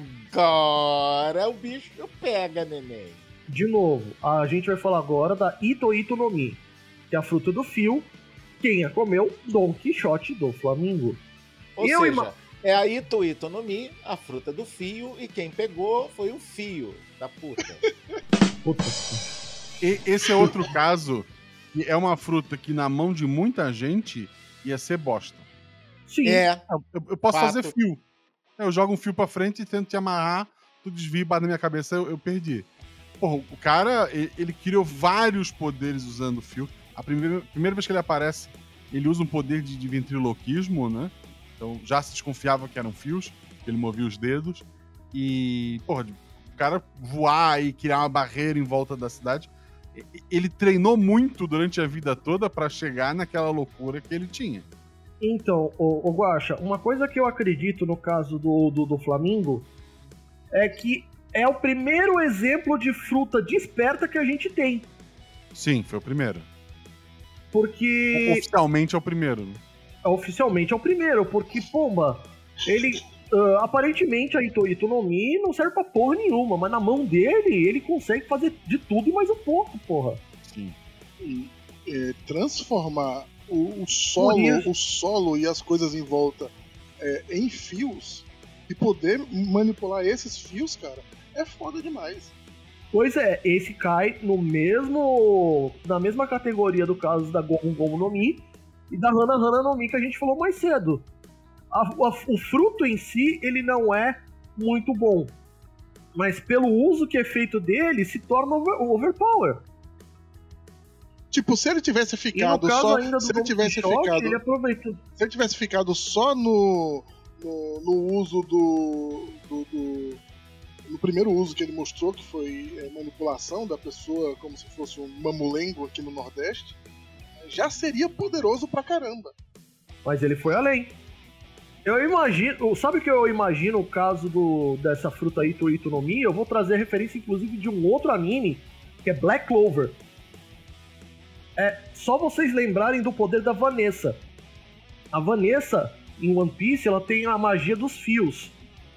Agora o bicho pega, neném. de novo. A gente vai falar agora da Ito no Mi, que é a fruta do fio. Quem a comeu? Don Quixote do Flamingo. Ou seja, é a Ito no Mi, a fruta do fio, e quem pegou foi o fio da puta. Puta. Esse é outro caso, que é uma fruta que na mão de muita gente ia ser bosta. Sim. Eu posso Fato. fazer fio. Eu jogo um fio pra frente e tento te amarrar, tu desvia e bate na minha cabeça, eu perdi. Porra, o cara, ele criou vários poderes usando fio. A primeira vez que ele aparece, ele usa um poder de ventriloquismo, né? Então já se desconfiava que eram fios, ele movia os dedos. E, porra, o cara voar e criar uma barreira em volta da cidade, ele treinou muito durante a vida toda pra chegar naquela loucura que ele tinha. Então, o Guaxa, uma coisa que eu acredito no caso do Flamingo é que é o primeiro exemplo de fruta desperta que a gente tem. Sim, foi o primeiro. Porque... Oficialmente é o primeiro, né? Oficialmente é o primeiro, porque, pomba, ele... aparentemente a Ito no Mi não serve pra porra nenhuma, mas na mão dele, ele consegue fazer de tudo e mais um pouco, porra. Sim. E transformar o solo e as coisas em volta em fios e poder manipular esses fios, cara, é foda demais. Pois é, esse cai na mesma categoria do caso da Gomu no Mi e da Hana no Mi que a gente falou mais cedo. O fruto em si, ele não é muito bom, mas pelo uso que é feito dele, se torna overpower. Tipo, se ele tivesse ficado caso só, ainda do se ele Don tivesse Quixote, ficado, ele aproveitou. se ele tivesse ficado só no uso no primeiro uso que ele mostrou, que foi manipulação da pessoa como se fosse um mamulengo aqui no Nordeste, já seria poderoso pra caramba. Mas ele foi além. Eu imagino... Sabe o que eu imagino o caso dessa fruta Ito no Mi? Eu vou trazer referência, inclusive, de um outro anime, que é Black Clover. É só vocês lembrarem do poder da Vanessa. A Vanessa, em One Piece, ela tem a magia dos fios.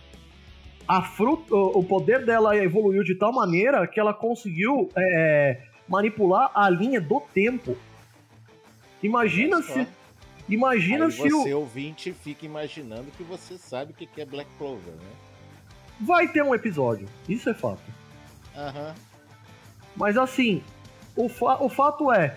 O poder dela evoluiu de tal maneira que ela conseguiu manipular a linha do tempo. Imagina se... Imagina Aí se você, ouvinte, fica imaginando que você sabe o que é Black Clover, né? Vai ter um episódio, isso é fato. Aham. Mas assim, o fato é,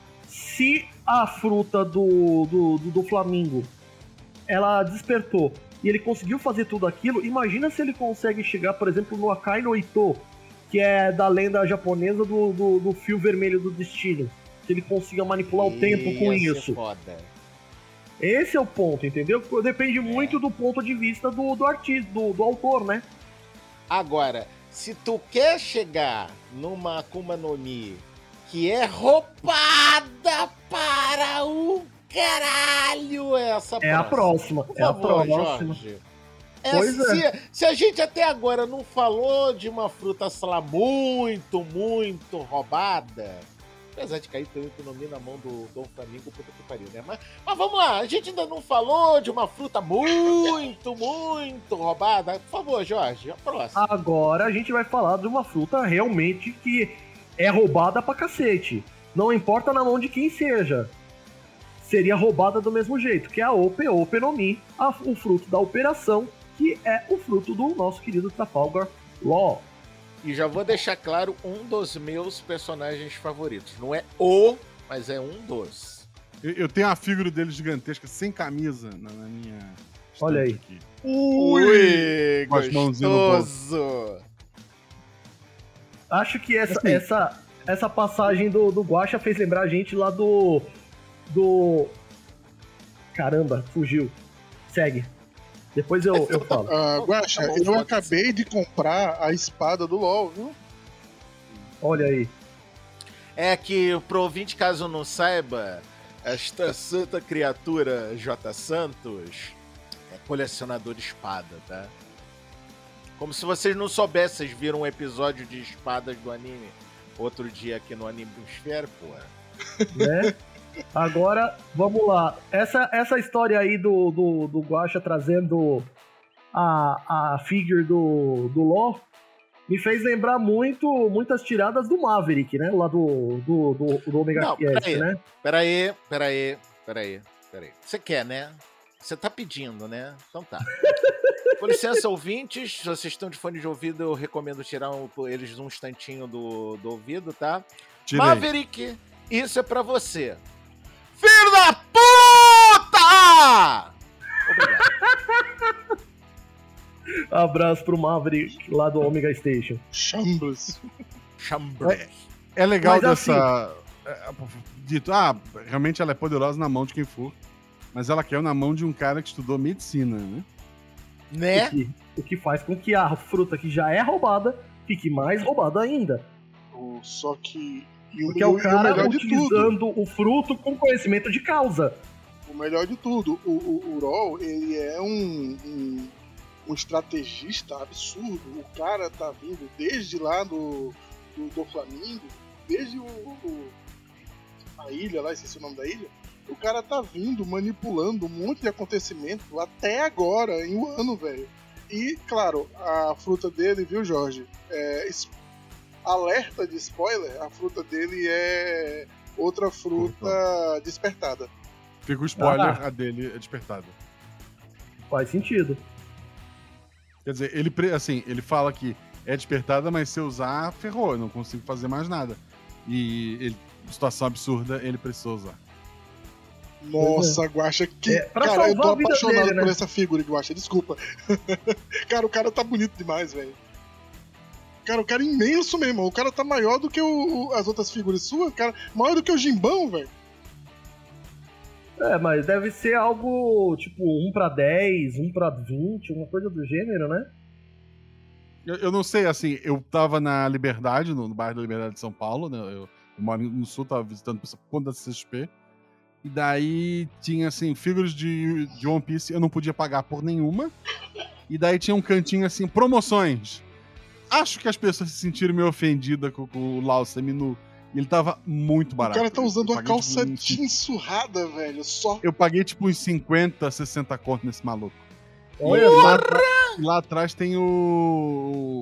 se a fruta do Flamingo, ela despertou e ele conseguiu fazer tudo aquilo, imagina se ele consegue chegar, por exemplo, no Akai no Ito, que é da lenda japonesa do fio vermelho do destino. Se ele consiga manipular o tempo com isso. Foda. Esse é o ponto, entendeu? Depende muito do ponto de vista do artista, do autor, né? Agora, se tu quer chegar numa Akuma no Mi que é roubada para o caralho, essa É a próxima. Por É a favor, próxima. Jorge. Pois é. Se a gente até agora não falou de uma fruta, sei lá, muito, muito roubada, apesar de cair teu economia na mão do Dom Flamingo, puta que pariu, né? Mas vamos lá, a gente ainda não falou de uma fruta muito, muito roubada. Por favor, Jorge, a próxima. Agora a gente vai falar de uma fruta realmente que é roubada pra cacete. Não importa na mão de quem seja. Seria roubada do mesmo jeito, que é a Ope no Mi, o fruto da operação, que é o fruto do nosso querido Trafalgar Law. E já vou deixar claro um dos meus personagens favoritos. Não é mas é um dos. Eu tenho a figura dele gigantesca, sem camisa, na minha... Olha aí. Aqui. Ui, Com as mãozinhas no gostoso! Acho que Assim. essa passagem do Guaxa fez lembrar a gente lá do... Caramba, fugiu. Segue. Depois eu falo. Guaxa, Tá bom, eu pode acabei de comprar a espada do LoL, viu? Olha aí. É que, pro ouvinte, caso não saiba, esta santa criatura J. Santos é colecionador de espada, tá? Como se vocês não soubessem, vocês viram um episódio de espadas do anime outro dia aqui no Anime Sphere, porra. Né? Agora, vamos lá. Essa história aí do Guaxa trazendo a figure do Law me fez lembrar muitas tiradas do Maverick, né? Lá do Omega Não, Cast, né? Peraí. Você quer, né? Você tá pedindo, né? Então tá. Com licença, ouvintes, se vocês estão de fone de ouvido, eu recomendo tirar eles um instantinho do ouvido, tá? Tirei. Maverick, isso é pra você. Filho da puta! Obrigado. Abraço pro Maverick lá do Omega Station. Chambers. Chambre. É legal Mas dessa... Dito, realmente ela é poderosa na mão de quem for, mas ela caiu na mão de um cara que estudou medicina, né? Né? O que faz com que a fruta que já é roubada fique mais roubada ainda. Só que... Porque é o cara melhor de tudo. utilizando o fruto com conhecimento de causa. O melhor de tudo, o Raw, ele é um estrategista absurdo. O cara tá vindo desde lá do Flamengo, desde a ilha lá, esqueci o nome da ilha. O cara tá vindo, manipulando um monte de acontecimento até agora, em um ano, velho. E, claro, a fruta dele, viu, Jorge? Alerta de spoiler, a fruta dele é outra fruta despertada. Fica o spoiler, a dele é despertada. Faz sentido. Quer dizer, ele fala que é despertada, mas se eu usar, ferrou, eu não consigo fazer mais nada. E situação absurda, ele precisou usar. Nossa, Guaxa, que... pra cara, eu tô salvar a vida apaixonado dele, né? por essa figura, Guaxa, desculpa. Cara, o cara tá bonito demais, velho. Cara, o cara é imenso mesmo. O cara tá maior do que as outras figuras suas, cara. Maior do que o Jimbão, velho. Mas deve ser algo tipo 1/10, 1/20, uma coisa do gênero, né? Eu não sei, assim, eu tava na Liberdade, no bairro da Liberdade de São Paulo, né? Eu moro no Sul, tava visitando essa ponta da CXP. E daí tinha, assim, figuras de One Piece, eu não podia pagar por nenhuma. E daí tinha um cantinho, assim, promoções. Acho que as pessoas se sentiram meio ofendidas com o Lau seminu. E ele tava muito barato. O cara tá usando uma calça tipo, jeans surrada, velho. Só. Eu paguei, tipo, uns 50, 60 conto nesse maluco. Olha, Lá atrás tem o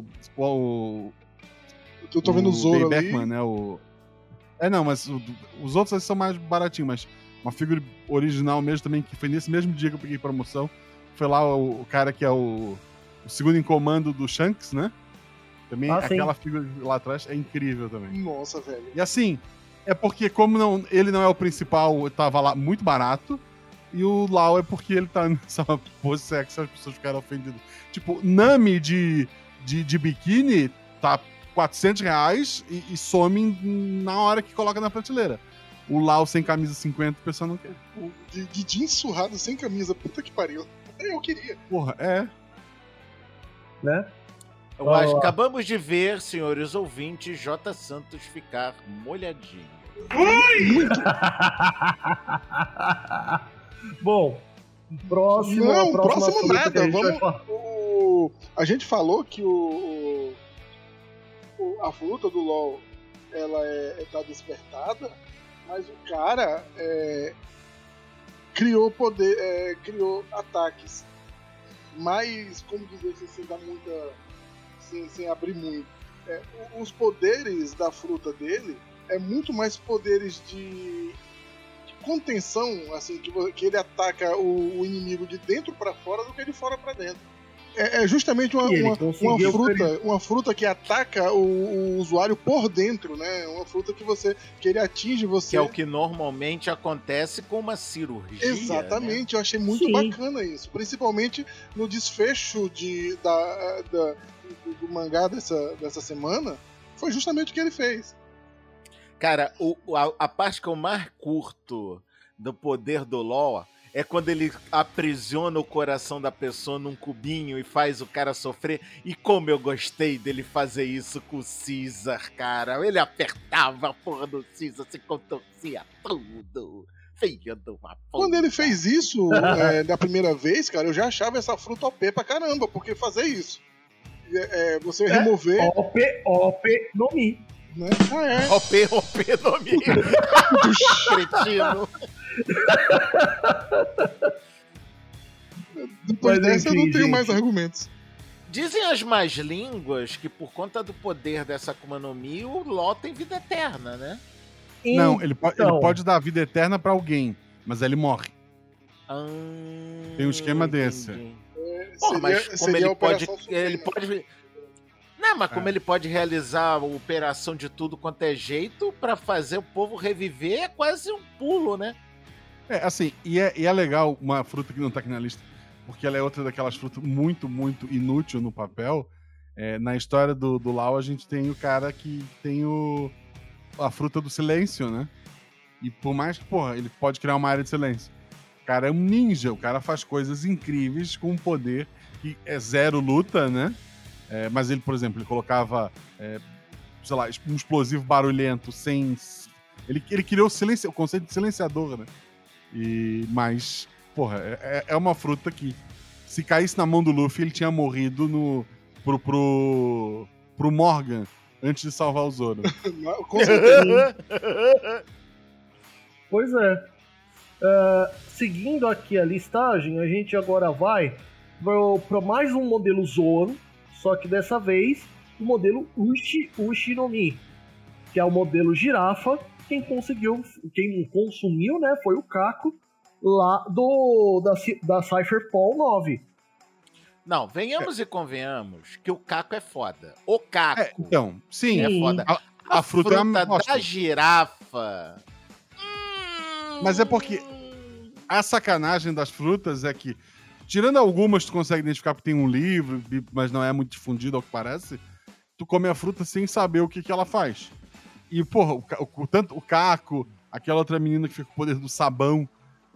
Eu tô vendo o Zoro ali. Beckman, né? Não, mas os outros são mais baratinhos, mas uma figura original mesmo também, que foi nesse mesmo dia que eu peguei promoção. Foi lá o cara que é o segundo em comando do Shanks, né? Também aquela figura lá atrás é incrível também. Nossa, velho. E assim, é porque como ele não é o principal, tava lá muito barato. E o Lau é porque ele tá nessa pose sexy, as pessoas ficaram ofendidas. Tipo, Nami de biquíni tá R$400 e some na hora que coloca na prateleira. O Lau sem camisa 50, o pessoal não quer. De jeans surrado sem camisa, puta que pariu. Eu queria. Porra, é. Né? Acabamos de ver, senhores ouvintes, J. Santos ficar molhadinho. Bom, próximo nada. A gente falou que a fruta do LoL ela tá despertada, mas o cara criou poder, criou ataques. Mas, como dizer, sem dar muita. Sem abrir muito. Os poderes da fruta dele é muito mais poderes de contenção, assim, que ele ataca o inimigo de dentro pra fora do que de fora pra dentro. É justamente uma fruta que ataca o usuário por dentro, né? Uma fruta que ele atinge você. Que é o que normalmente acontece com uma cirurgia. Exatamente, né? Eu achei muito bacana isso. Principalmente no desfecho do mangá dessa semana, foi justamente o que ele fez. Cara, a parte que eu mais curto do poder do LoL é quando ele aprisiona o coração da pessoa num cubinho e faz o cara sofrer. E como eu gostei dele fazer isso com o Caesar, cara. Ele apertava a porra do Caesar, se contorcia tudo. Feio de uma porra. Quando ele fez isso da primeira vez, cara, eu já achava essa fruta OP pra caramba, porque fazer isso. Você remover... OP no Mi. Né? OP no Mi. Cretino. Depois dessa eu não tenho mais argumentos. Dizem as más línguas que por conta do poder dessa Akuma no Mi, o LoL tem vida eterna, né? Não, ele pode dar vida eterna pra alguém, mas ele morre. Tem um esquema desse. Mas como ele pode... Não, mas como ele pode realizar a operação de tudo quanto é jeito pra fazer o povo reviver, é quase um pulo, né? Assim, e é legal uma fruta que não tá aqui na lista, porque ela é outra daquelas frutas muito, muito inútil no papel. Na história do Lau, a gente tem o cara que tem a fruta do silêncio, né? E por mais que, ele pode criar uma área de silêncio. O cara é um ninja, o cara faz coisas incríveis com um poder que é zero luta, né? Mas ele, por exemplo, ele colocava, sei lá, um explosivo barulhento sem... Ele criou o conceito de silenciador, né? Mas, é uma fruta que, se caísse na mão do Luffy, ele tinha morrido pro Morgan antes de salvar o Zoro. Com certeza. Pois é. Seguindo aqui a listagem, a gente agora vai para mais um modelo Zoro, só que dessa vez o modelo Ushi no Mi, que é o modelo girafa. Quem consumiu, né, foi o Kako lá da Cypher Paul 9. Não, venhamos e convenhamos que o Kako é foda. O Kako então, sim, é foda. A fruta é uma da girafa. Mas é porque a sacanagem das frutas é que, tirando algumas que tu consegue identificar porque tem um livro, mas não é muito difundido ao que parece, tu come a fruta sem saber o que ela faz. E, tanto o Kako, aquela outra menina que fica com o poder do sabão.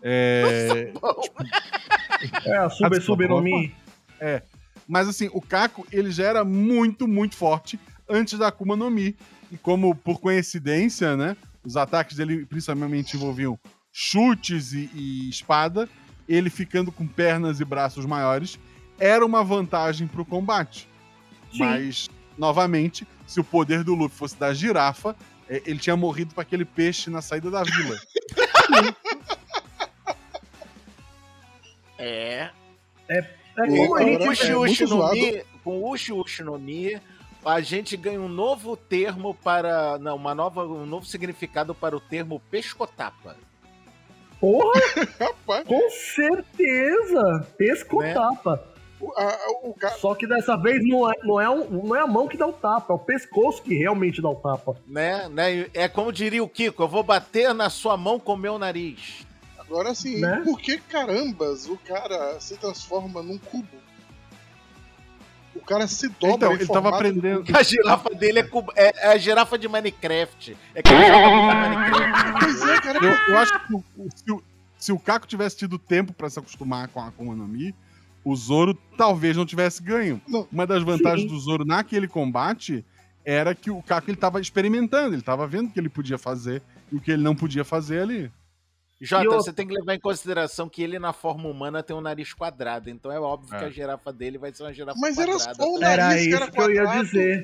A Sube no Mi. Mas assim, o Kako, ele já era muito, muito forte antes da Akuma no Mi. E como, por coincidência, né, os ataques dele principalmente envolviam chutes e espada, ele ficando com pernas e braços maiores, era uma vantagem pro combate. Sim. Mas, novamente, se o poder do Luffy fosse da girafa, ele tinha morrido para aquele peixe na saída da vila. Com o Ushi no Mi, a gente ganha um novo termo para... Não, um novo significado para o termo pescotapa. Porra! Com certeza! Pescotapa. Né? Só que dessa vez não é a mão que dá o tapa, é o pescoço que realmente dá o tapa. Né? É como diria o Kiko, eu vou bater na sua mão com o meu nariz. Agora sim, Né? por que carambas o cara se transforma num cubo? O cara se dobra Então, em ele tava formato de aprendendo. A girafa dele é a girafa de Minecraft. É que ele joga muito Minecraft. Pois é, cara. Eu acho que se o Caco tivesse tido tempo pra se acostumar com a Akuma no Mi, o Zoro talvez não tivesse ganho. Não. Uma das vantagens Sim. do Zoro naquele combate era que o Caco ele tava experimentando, ele tava vendo o que ele podia fazer e o que ele não podia fazer ali. Jota, E outra- você tem que levar em consideração que ele na forma humana tem um nariz quadrado, então é óbvio que a girafa dele vai ser uma girafa Mas era quadrada. só o também. Era nariz que isso era que eu ia quadrado. dizer.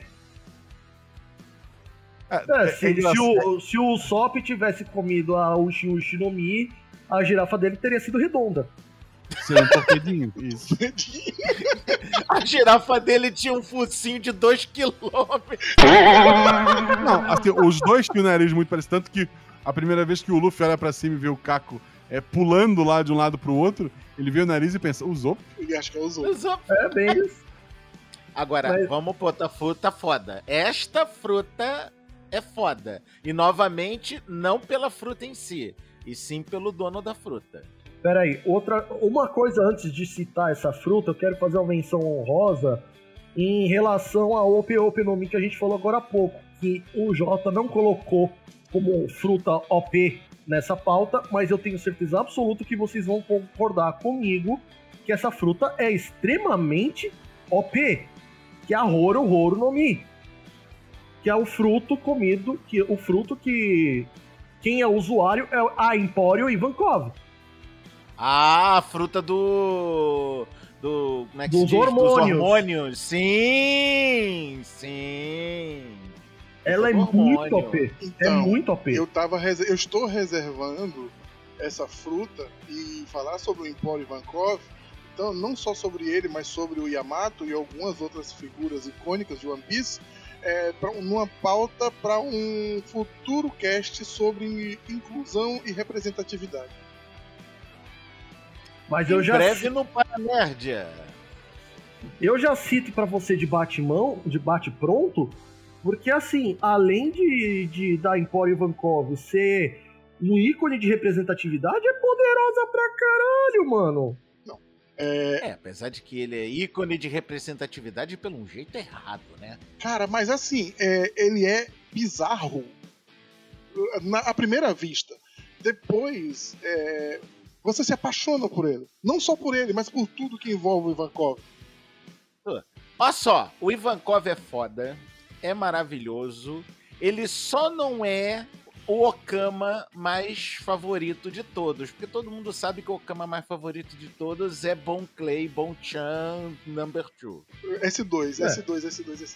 Se o Usopp tivesse comido a Uchi Uchi no Mi, a girafa dele teria sido redonda. Seria um torpedinho, isso. A girafa dele tinha um focinho de 2 quilômetros. Não, assim, os dois tinham o nariz muito parecido, tanto que a primeira vez que o Luffy olha pra cima e vê o Caco pulando lá de um lado pro outro, ele vê o nariz e pensa, usou? Ele acha que é usou. É bem isso. Agora, Mas- vamos pra outra fruta foda. Esta fruta é foda. E, novamente, não pela fruta em si, e sim pelo dono da fruta. Peraí, uma coisa antes de citar essa fruta, eu quero fazer uma menção honrosa em relação a Ope Ope no Mi que a gente falou agora há pouco, que o Jota não colocou como fruta OP nessa pauta, mas eu tenho certeza absoluta que vocês vão concordar comigo que essa fruta é extremamente OP, que é a Horo no Mi, que é o fruto comido, que quem é o usuário é a Empório Ivankov. Ah, a fruta do... Como é que Dos se diz? hormônios. Dos hormônios. Sim, sim. Ela é Hormônio. muito OP. É Então, muito OP. eu estou reservando essa fruta e falar sobre o Empório Ivankov, então não só sobre ele, mas sobre o Yamato e algumas outras figuras icônicas de One Piece, numa pauta para um futuro cast sobre inclusão e representatividade. Mas Em eu já, breve no Paranerdia. eu já cito pra você de bate pronto, porque assim, além da Empório Ivankov ser um ícone de representatividade, é poderosa pra caralho, mano. Apesar de que ele é ícone de representatividade pelo um jeito errado, né? Cara, mas assim, ele é bizarro à primeira vista. Depois, você se apaixona por ele. Não só por ele, mas por tudo que envolve o Ivankov. Olha só, o Ivankov é foda, é maravilhoso, ele só não é o Okama mais favorito de todos, porque todo mundo sabe que o Okama mais favorito de todos é Bon Clay, Bon Chan, Number 2. S2.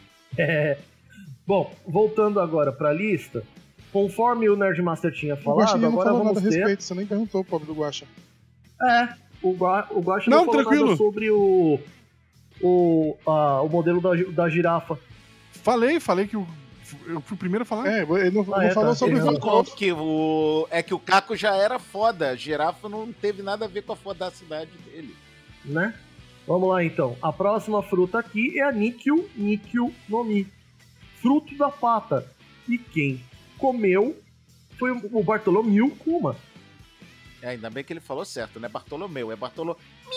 Bom, voltando agora pra lista, conforme o Nerdmaster tinha O falado, Guaxinim não agora falou nada vamos a ter... respeito, você nem perguntou, pobre do Guaxa. O Guaxa Não, não falou tranquilo. nada sobre o modelo da girafa. Falei que eu fui o primeiro a falar. Ele não Ah, falou tá. sobre o Ele Ivankov. Que o Caco já era foda, a girafa não teve nada a ver com a fodacidade dele. Né? Vamos lá então. A próxima fruta aqui é a Nikyu no Mi. Fruto da pata. E quem comeu foi o Bartolomeu Kuma. Ainda bem que ele falou certo, não é Bartolomeu, é Bartolomeu.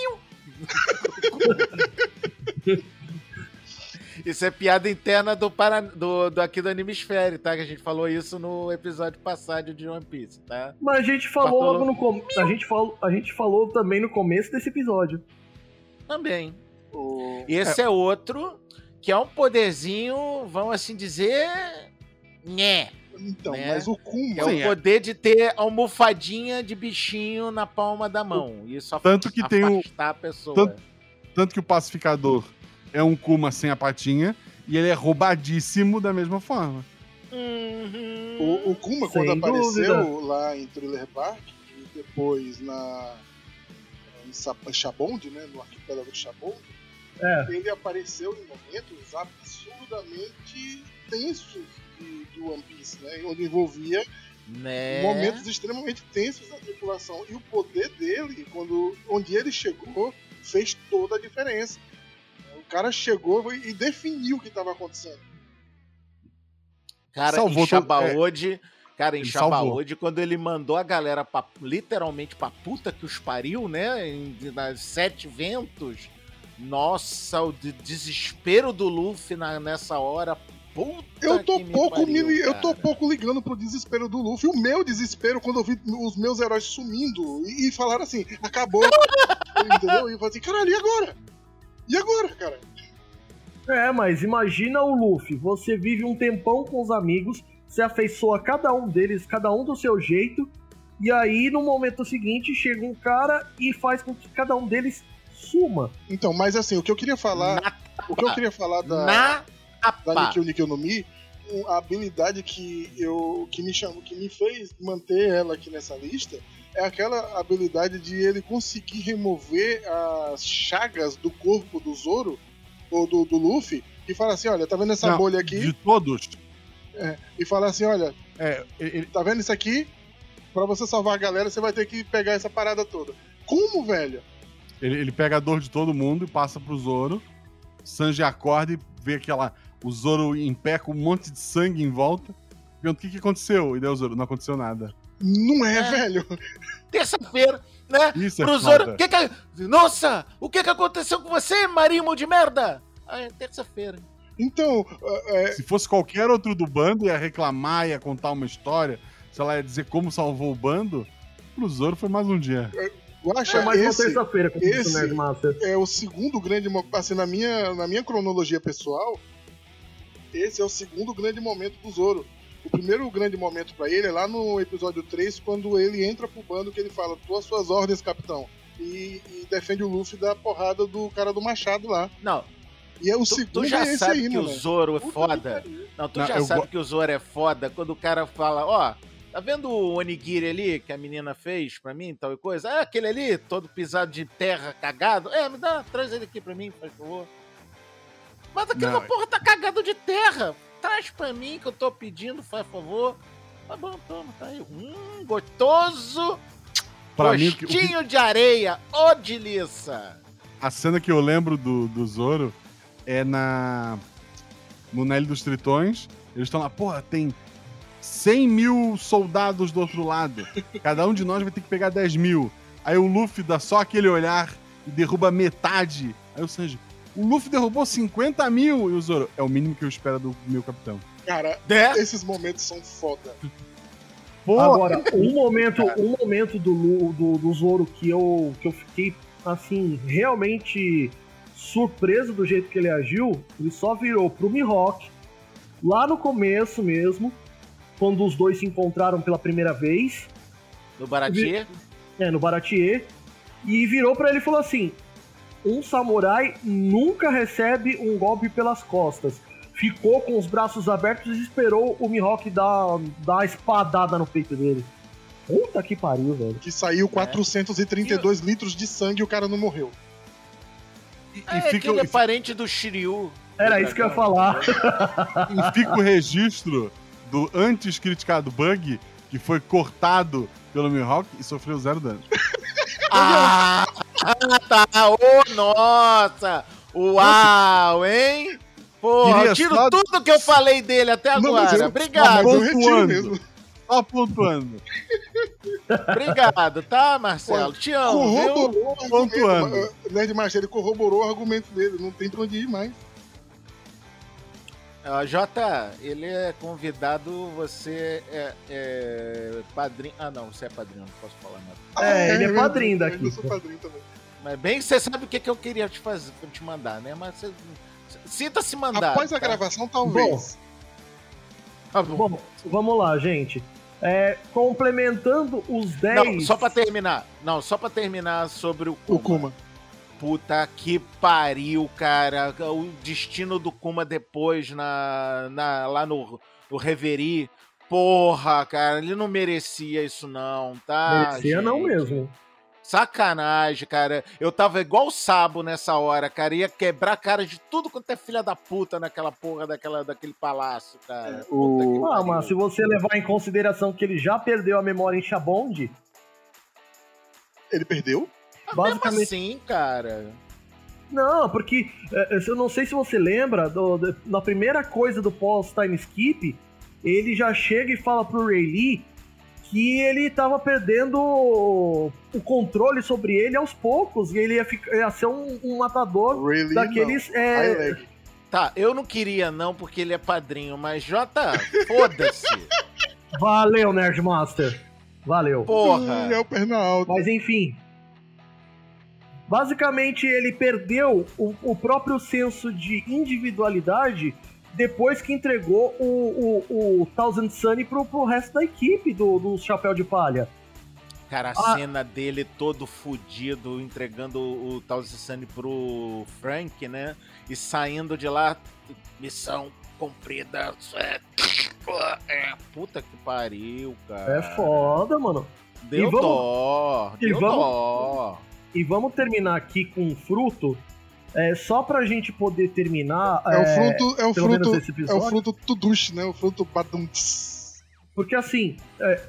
Isso é piada interna do aqui do Animesfere, tá? Que a gente falou isso no episódio passado de One Piece, tá? Mas a gente falou logo no começo. A gente falou também no começo desse episódio. Também. E esse é outro que é um poderzinho, vamos assim dizer, né? Então, né? mas o Kuma... É o poder de ter almofadinha de bichinho na palma da mão. E isso Tanto que tem afastar a pessoa. Tanto que o pacificador é um Kuma sem a patinha e ele é roubadíssimo da mesma forma. O Kuma, Sem quando apareceu dúvida. lá em Thriller Bark e depois em Chabond, né, no arquipélago de Chabond, ele apareceu em momentos absurdamente tensos de One Piece, né, onde envolvia momentos extremamente tensos da tripulação. E o poder dele, onde ele chegou, fez toda a diferença. O cara chegou e definiu o que estava acontecendo. Cara, Salvou em Chabaode, Cara, em Ele salvou. Chabaúde, quando ele mandou a galera literalmente pra puta que os pariu, né? Nas 7 ventos. Nossa, o desespero do Luffy nessa hora. Puta Eu tô que me pariu, eu tô cara. pouco ligando pro desespero do Luffy. O meu desespero quando eu vi os meus heróis sumindo e falaram assim, acabou. Entendeu? E eu falei assim, caralho, e agora? E agora, cara? Mas imagina o Luffy, você vive um tempão com os amigos, você afeiçoa cada um deles, cada um do seu jeito, e aí no momento seguinte chega um cara e faz com que cada um deles suma. Então, mas assim, o que eu queria falar da Nikkei no Mi, a habilidade que me fez manter ela aqui nessa lista é aquela habilidade de ele conseguir remover as chagas do corpo do Zoro ou do Luffy e falar assim, olha, tá vendo essa bolha aqui? De todos. E falar assim, olha, Ele tá vendo isso aqui? Pra você salvar a galera, você vai ter que pegar essa parada toda. Como, velho? Ele pega a dor de todo mundo e passa pro Zoro. Sanji acorda e vê o Zoro em pé com um monte de sangue em volta. Pergunta, o que aconteceu? E daí o Zoro, não aconteceu nada. Não velho. Terça-feira, né? Isso é Pro foda. Zoro. Nossa, o que aconteceu com você, marimo de merda? É terça-feira. Então, Se fosse qualquer outro do bando, ia reclamar, ia contar uma história, sei lá, ia dizer como salvou o bando. Pro Zoro foi mais um dia. Guaxa, Mais uma terça-feira com esse o Nerdmaster. é o segundo grande assim, na minha cronologia pessoal, esse é o segundo grande momento do Zoro. O primeiro grande momento pra ele é lá no episódio 3, quando ele entra pro bando, que ele fala, tô às suas ordens, capitão. E defende o Luffy da porrada do cara do machado lá. Não, E é o segundo tu já esse sabe aí, que o moleque. Zoro é Puta foda. que pariu. Não, tu Não, já sabe que o Zoro é foda quando o cara fala, ó, tá vendo o onigiri ali que a menina fez pra mim, tal e coisa? É aquele ali, todo pisado de terra, cagado? Me dá, traz ele aqui pra mim, por favor. Mas aquela porra tá cagado de terra. Traz pra mim que eu tô pedindo, faz favor. Tá bom, toma, tá aí. Gostoso. Pra mim, Gostinho de areia, ô delícia. a cena que eu lembro do Zoro é no Nelly dos Tritões. Eles estão lá, porra, tem 100 mil soldados do outro lado. Cada um de nós vai ter que pegar 10 mil. Aí o Luffy dá só aquele olhar e derruba metade. Aí o Sanji, o Luffy derrubou 50 mil. E o Zoro, é o mínimo que eu espero do meu capitão. Cara, esses momentos são foda. Porra, Agora, um momento do Zoro que eu fiquei, assim, realmente surpreso do jeito que ele agiu, ele só virou pro Mihawk, lá no começo mesmo, quando os dois se encontraram pela primeira vez. No Baratie? No Baratie. E virou pra ele e falou assim, um samurai nunca recebe um golpe pelas costas. Ficou com os braços abertos e esperou o Mihawk dar a espadada no peito dele. Puta que pariu, velho. Que saiu 432 litros de sangue e o cara não morreu. Aquele é parente do Shiryu. Era isso que eu ia falar. E fica o registro do antes criticado Bug, que foi cortado pelo Mihawk e sofreu 0 dano. Tá. Ô, nossa. Uau, hein? Porra, eu tiro tudo que eu falei dele até agora. Obrigado. Mas eu retiro mesmo. Só pontuando. Obrigado, tá, Marcelo? Te amo, Corroborou viu? pontuando. Nerdmaster, ele corroborou o argumento dele. Não tem pra onde ir mais. Jota, ele é convidado, você é padrinho. Ah, não, você é padrinho, não posso falar nada. Ele é padrinho daqui. Eu sou padrinho também. Mas bem, você sabe o que eu queria te mandar, né? Mas você sinta-se mandado. Após a gravação, talvez. Bom, vamos lá, gente. Complementando os 10... Não, só pra terminar sobre o Kuma. Puta que pariu, cara. O destino do Kuma depois lá no Reverie. Porra, cara, ele não merecia isso não, tá? Merecia não mesmo. Sacanagem, cara. Eu tava igual o Sabo nessa hora, cara. Ia quebrar a cara de tudo quanto é filha da puta naquela porra daquele palácio, cara. Mas se você levar em consideração que ele já perdeu a memória em Shabond... Ele perdeu? Basicamente... Mesmo assim, cara. Não, porque eu não sei se você lembra na primeira coisa do pós-time skip, ele já chega e fala pro Rayleigh que ele tava perdendo o controle sobre ele aos poucos, e ele ia ser um matador Rayleigh, daqueles... Highleg. Tá, eu não queria não, porque ele é padrinho, mas Jota, foda-se. Valeu, Nerdmaster. Valeu. Porra. É o perna alta. Mas enfim. Basicamente, ele perdeu o próprio senso de individualidade depois que entregou o Thousand Sunny pro resto da equipe do Chapéu de Palha. Cara, a cena dele todo fudido, entregando o Thousand Sunny pro Frank, né? E saindo de lá, missão cumprida. Puta que pariu, cara. É foda, mano. Deu dó. E vamos terminar aqui com um fruto, só pra gente poder terminar. É o esse fruto tudush, né? O fruto badum-ts. Porque assim,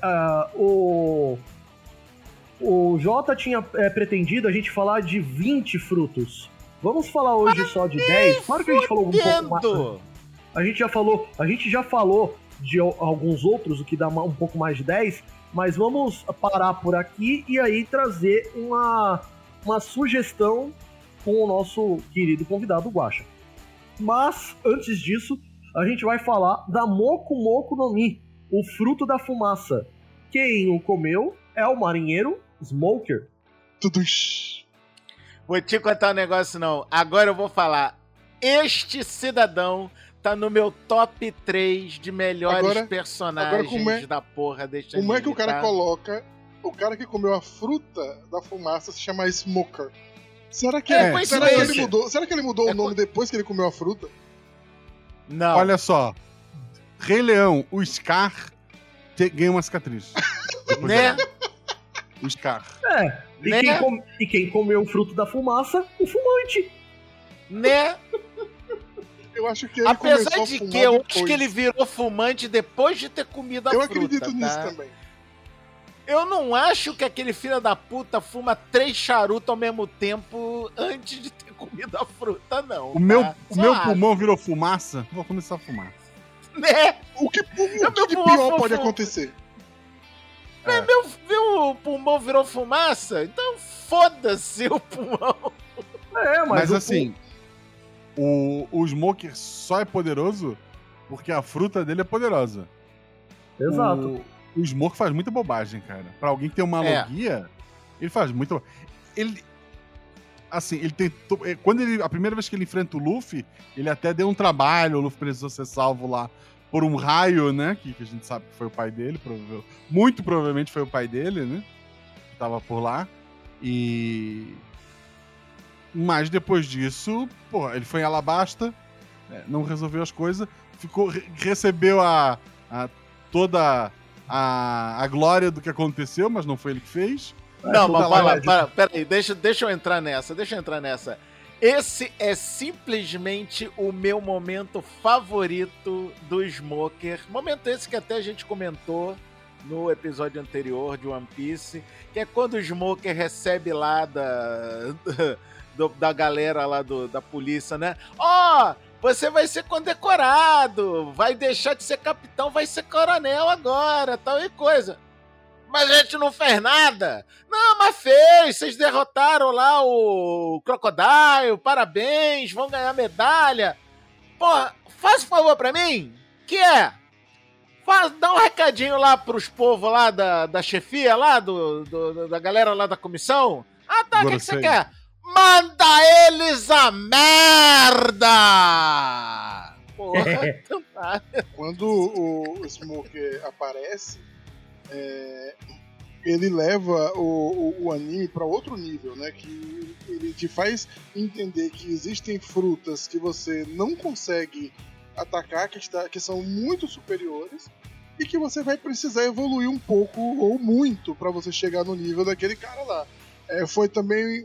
o Jota tinha pretendido a gente falar de 20 frutos. Vamos falar hoje só de 10? Claro que a gente falou um pouco mais. A gente já falou de alguns outros, o que dá um pouco mais de 10, mas vamos parar por aqui e aí trazer uma sugestão com o nosso querido convidado Guaxa. Mas, antes disso, a gente vai falar da Moku Moku no Mi, o fruto da fumaça. Quem o comeu é o marinheiro Smoker. Tudush. Vou te contar um negócio não. Agora eu vou falar. Este cidadão tá no meu top 3 de melhores personagens da porra deste anime. Como é que o cara coloca o cara que comeu a fruta da fumaça se chama Smoker? Será que ele mudou o nome depois que ele comeu a fruta? Não. Olha só. Rei Leão, o Scar ganha uma cicatriz. Né? O Scar. E quem comeu o fruto da fumaça? O fumante. Né? Eu acho que ele apesar de que eu depois. acho que ele virou fumante depois de ter comido a fruta. Eu acredito nisso também. Eu não acho que aquele filho da puta fuma 3 charutos ao mesmo tempo antes de ter comido a fruta, não. O meu pulmão virou fumaça, vou começar a fumar. Né? O que de pior pode acontecer? Meu pulmão virou fumaça? Então foda-se o pulmão. Mas assim, o Smoker só é poderoso porque a fruta dele é poderosa. Exato. O Smoker faz muita bobagem, cara. Pra alguém que tem uma logia, ele faz muita... Ele tentou... A primeira vez que ele enfrenta o Luffy, ele até deu um trabalho, o Luffy precisou ser salvo lá por um raio, né? Que a gente sabe que foi o pai dele, muito provavelmente foi o pai dele, né? Que tava por lá. Mas depois disso, ele foi em Alabasta, não resolveu as coisas, recebeu toda a glória do que aconteceu, mas não foi ele que fez. Não, mas peraí, deixa eu entrar nessa. Esse é simplesmente o meu momento favorito do Smoker. Momento esse que até a gente comentou no episódio anterior de One Piece, que é quando o Smoker recebe lá da galera lá da polícia, né? Você vai ser condecorado, vai deixar de ser capitão, vai ser coronel agora, tal e coisa. Mas a gente não fez nada. Não, mas fez. Vocês derrotaram lá o Crocodile, parabéns, vão ganhar medalha. Porra, faz um favor pra mim, que dá um recadinho lá pros povos lá da chefia lá, da galera lá da comissão. Tá, o que você quer? Manda eles a merda! Porra, então tá. Quando o Smoker aparece, ele leva o anime para outro nível, né? Que ele te faz entender que existem frutas que você não consegue atacar, que são muito superiores, e que você vai precisar evoluir um pouco ou muito para você chegar no nível daquele cara lá. Foi também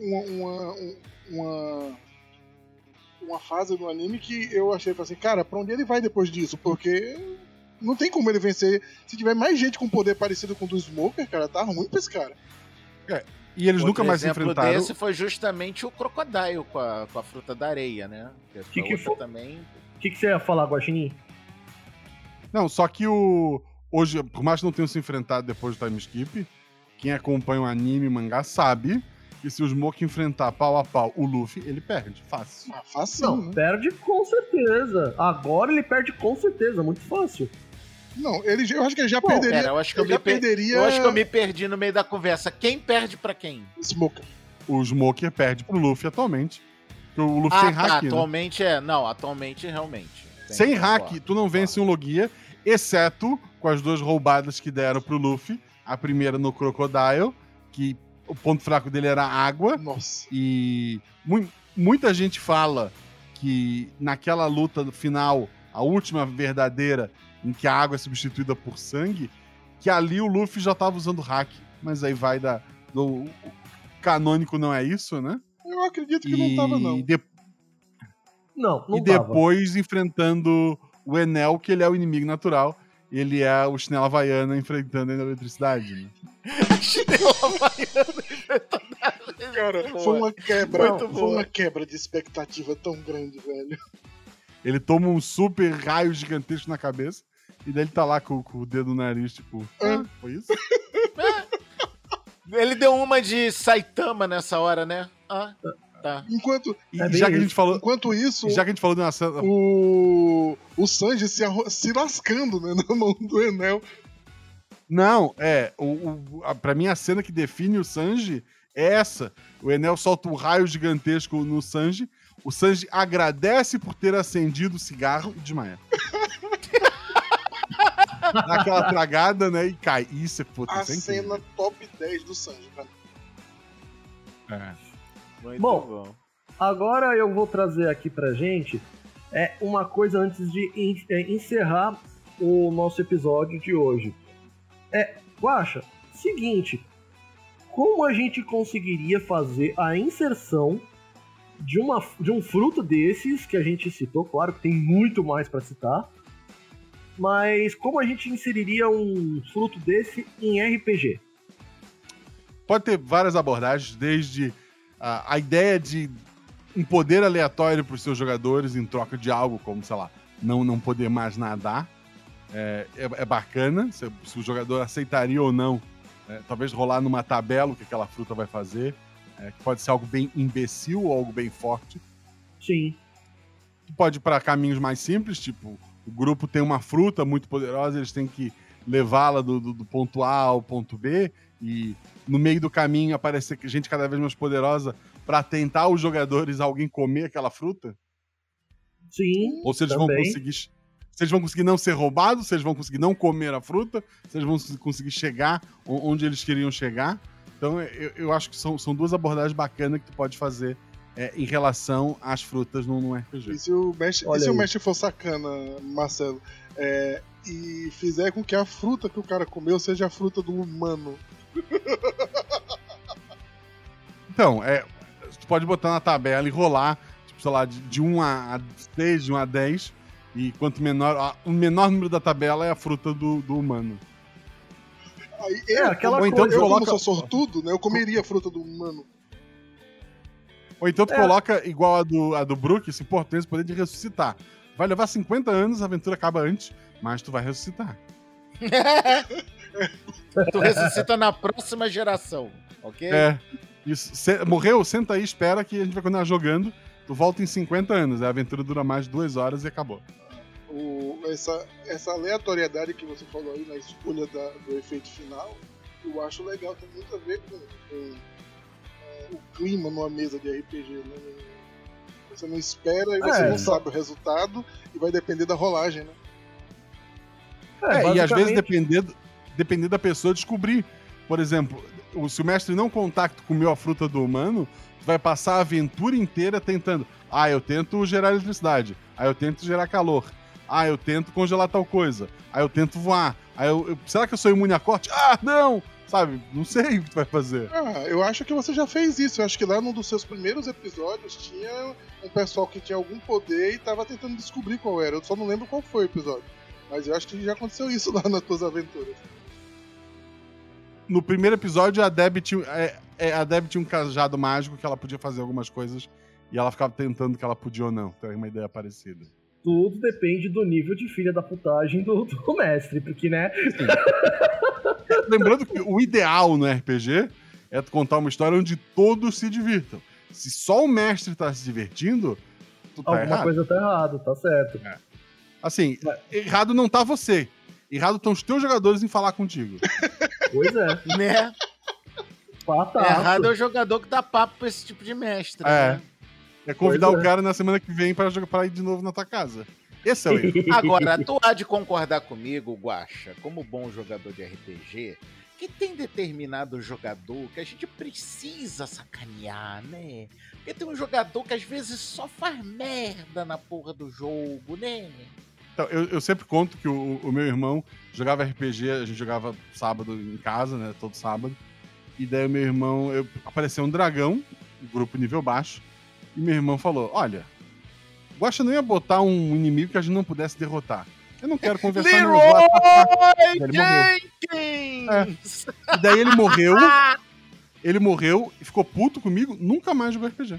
uma fase do anime que eu achei assim, cara, pra onde ele vai depois disso? Porque não tem como ele vencer. Se tiver mais gente com poder parecido com o do Smoker, cara, tá ruim pra esse cara. E eles nunca mais se enfrentaram. O desse foi justamente o Crocodile com a fruta da areia, né? Que foi? também. O que você ia falar, Guaxinim? Não, só que hoje, por mais que não tenham se enfrentado depois do time skip, quem acompanha o anime e mangá sabe que se o Smoke enfrentar pau a pau o Luffy, ele perde. Fácil. Fácil, Não, né? perde com certeza. Agora ele perde com certeza, muito fácil. Não, eu acho que ele já perderia. Pera, eu acho que eu me perdi no meio da conversa. Quem perde pra quem? Smoker. O Smoker perde pro Luffy atualmente. Porque o Luffy tem hack, né? Atualmente atualmente realmente. Sem hack, tu não vence um Logia, exceto com as 2 roubadas que deram pro Luffy. A primeira no Crocodile, que o ponto fraco dele era água. Nossa. E muita gente fala que naquela luta final, a última verdadeira, em que a água é substituída por sangue, que ali o Luffy já tava usando hack. Mas aí vai do canônico não é isso, né? Eu acredito que não tava, não. Não e tava. depois enfrentando o Enel, que ele é o inimigo natural. Ele é o chinelo havaiana enfrentando a eletricidade, né? Chinelo havaiana enfrentando a Cara, foi uma quebra de expectativa tão grande, velho. Ele toma um super raio gigantesco na cabeça e daí ele tá lá com o dedo no nariz, tipo, foi isso? Ele deu uma de Saitama nessa hora, né? Tá. Enquanto Já que a gente falou isso, de uma cena... o Sanji se lascando, né, na mão do Enel. Não, pra mim a cena que define o Sanji é essa. O Enel solta um raio gigantesco no Sanji, o Sanji agradece por ter acendido o cigarro e desmaia. Dá aquela tragada, né, e cai. Isso é puta, A isso é cena incrível. top 10 do Sanji, cara. Muito Bom, agora eu vou trazer aqui pra gente uma coisa antes de encerrar o nosso episódio de hoje. Guaxa, seguinte, como a gente conseguiria fazer a inserção de um fruto desses que a gente citou? Claro que tem muito mais pra citar, mas como a gente inseriria um fruto desse em RPG? Pode ter várias abordagens, desde a ideia de um poder aleatório para os seus jogadores em troca de algo, como, sei lá, não poder mais nadar. É bacana, se o jogador aceitaria ou não, talvez rolar numa tabela o que aquela fruta vai fazer, que pode ser algo bem imbecil ou algo bem forte. Sim. Pode ir para caminhos mais simples, tipo, o grupo tem uma fruta muito poderosa, eles têm que levá-la do ponto A ao ponto B, e no meio do caminho aparecer gente cada vez mais poderosa para tentar os jogadores alguém comer aquela fruta. Sim. Ou se eles vão conseguir. Se eles vão conseguir não ser roubados, se eles vão conseguir não comer a fruta, se eles vão conseguir chegar onde eles queriam chegar. Então eu acho que são 2 abordagens bacanas que tu pode fazer em relação às frutas num RPG. E se o mestre for sacana, Marcelo, e fizer com que a fruta que o cara comeu seja a fruta do humano? Então, tu pode botar na tabela e rolar, tipo, sei lá, de 1 a 6, de 1 a 10, e quanto menor, o menor número da tabela é a fruta do humano. Aí, como sou sortudo, né, eu comeria a fruta do humano. Ou então tu coloca igual a do Brook, esse importante poder de ressuscitar. Vai levar 50 anos, a aventura acaba antes, mas tu vai ressuscitar. Tu ressuscita na próxima geração, ok? Isso. Morreu, senta aí, espera que a gente vai continuar jogando. Tu volta em 50 anos, a aventura dura mais de 2 horas e acabou. Essa aleatoriedade que você falou aí na escolha do efeito final, eu acho legal, tem muito a ver com o clima numa mesa de RPG, né? Você não espera e você não sabe o resultado e vai depender da rolagem, né? E às vezes depender da pessoa descobrir. Por exemplo, se o mestre não contacta comeu a fruta do humano, tu vai passar a aventura inteira tentando. Eu tento gerar eletricidade. Eu tento gerar calor. Eu tento congelar tal coisa. Eu tento voar. Será que eu sou imune a corte? Não! Sabe? Não sei o que tu vai fazer. Eu acho que você já fez isso. Eu acho que lá num dos seus primeiros episódios tinha um pessoal que tinha algum poder e tava tentando descobrir qual era. Eu só não lembro qual foi o episódio. Mas eu acho que já aconteceu isso lá nas tuas aventuras. No primeiro episódio, a Deb tinha um cajado mágico que ela podia fazer algumas coisas e ela ficava tentando que ela podia ou não. Então é uma ideia parecida. Tudo depende do nível de filha da putagem do mestre, porque, né? Lembrando que o ideal no RPG é tu contar uma história onde todos se divirtam. Se só o mestre tá se divertindo, tu tá Alguma errado. coisa tá errada, tá certo. Assim, errado não tá você. Errado estão os teus jogadores em falar contigo. Pois é. Né? Fatal. Errado é o jogador que dá papo pra esse tipo de mestre. É. Né? É convidar Pois o é. cara na semana que vem pra ir de novo na tua casa. Esse é o erro. Agora, tu há de concordar comigo, Guaxa, como bom jogador de RPG, que tem determinado jogador que a gente precisa sacanear, né? Porque tem um jogador que às vezes só faz merda na porra do jogo, né? Então, eu sempre conto que o meu irmão jogava RPG, a gente jogava sábado em casa, né? Todo sábado. E daí o meu irmão, apareceu um dragão, um grupo nível baixo, e meu irmão falou, olha, Guaxa não ia botar um inimigo que a gente não pudesse derrotar. Eu não quero conversar, não, eu vou atacar. Ele morreu. Jenkins! E daí ele morreu e ficou puto comigo, nunca mais jogou RPG.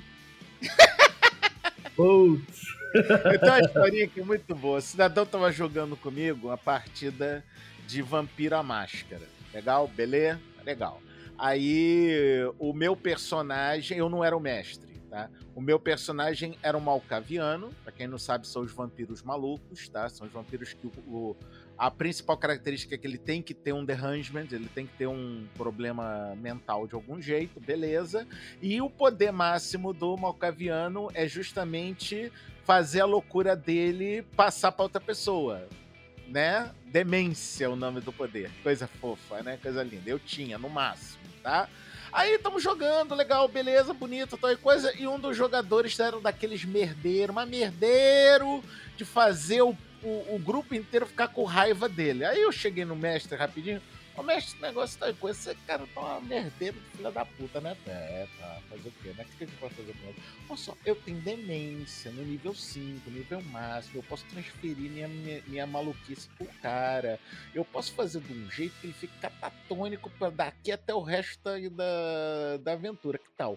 Putz. Então a historinha aqui é muito boa. O cidadão tava jogando comigo uma partida de Vampiro à Máscara. Legal? Beleza? Legal. Aí o meu personagem, eu não era o mestre, tá? O meu personagem era um malcaviano. Pra quem não sabe, são os vampiros malucos, tá? São os vampiros que a principal característica é que ele tem que ter um derangement, ele tem que ter um problema mental de algum jeito, beleza. E o poder máximo do malcaviano é justamente fazer a loucura dele passar pra outra pessoa, né? Demência é o nome do poder. Coisa fofa, né? Coisa linda. Eu tinha, no máximo, tá? Aí estamos jogando, legal, beleza, bonito, tal e coisa. E um dos jogadores era daqueles merdeiros, mas merdeiro de fazer o grupo inteiro ficar com raiva dele. Aí eu cheguei no mestre rapidinho. Ô, mestre, esse negócio tá com esse cara, tá uma merdeira de filha da puta, né? Tá, fazer o quê, né? O que a gente pode fazer com ele? Olha só, eu tenho demência no nível 5, nível máximo, eu posso transferir minha maluquice pro cara, eu posso fazer de um jeito que ele fique catatônico pra daqui até o resto da aventura, que tal?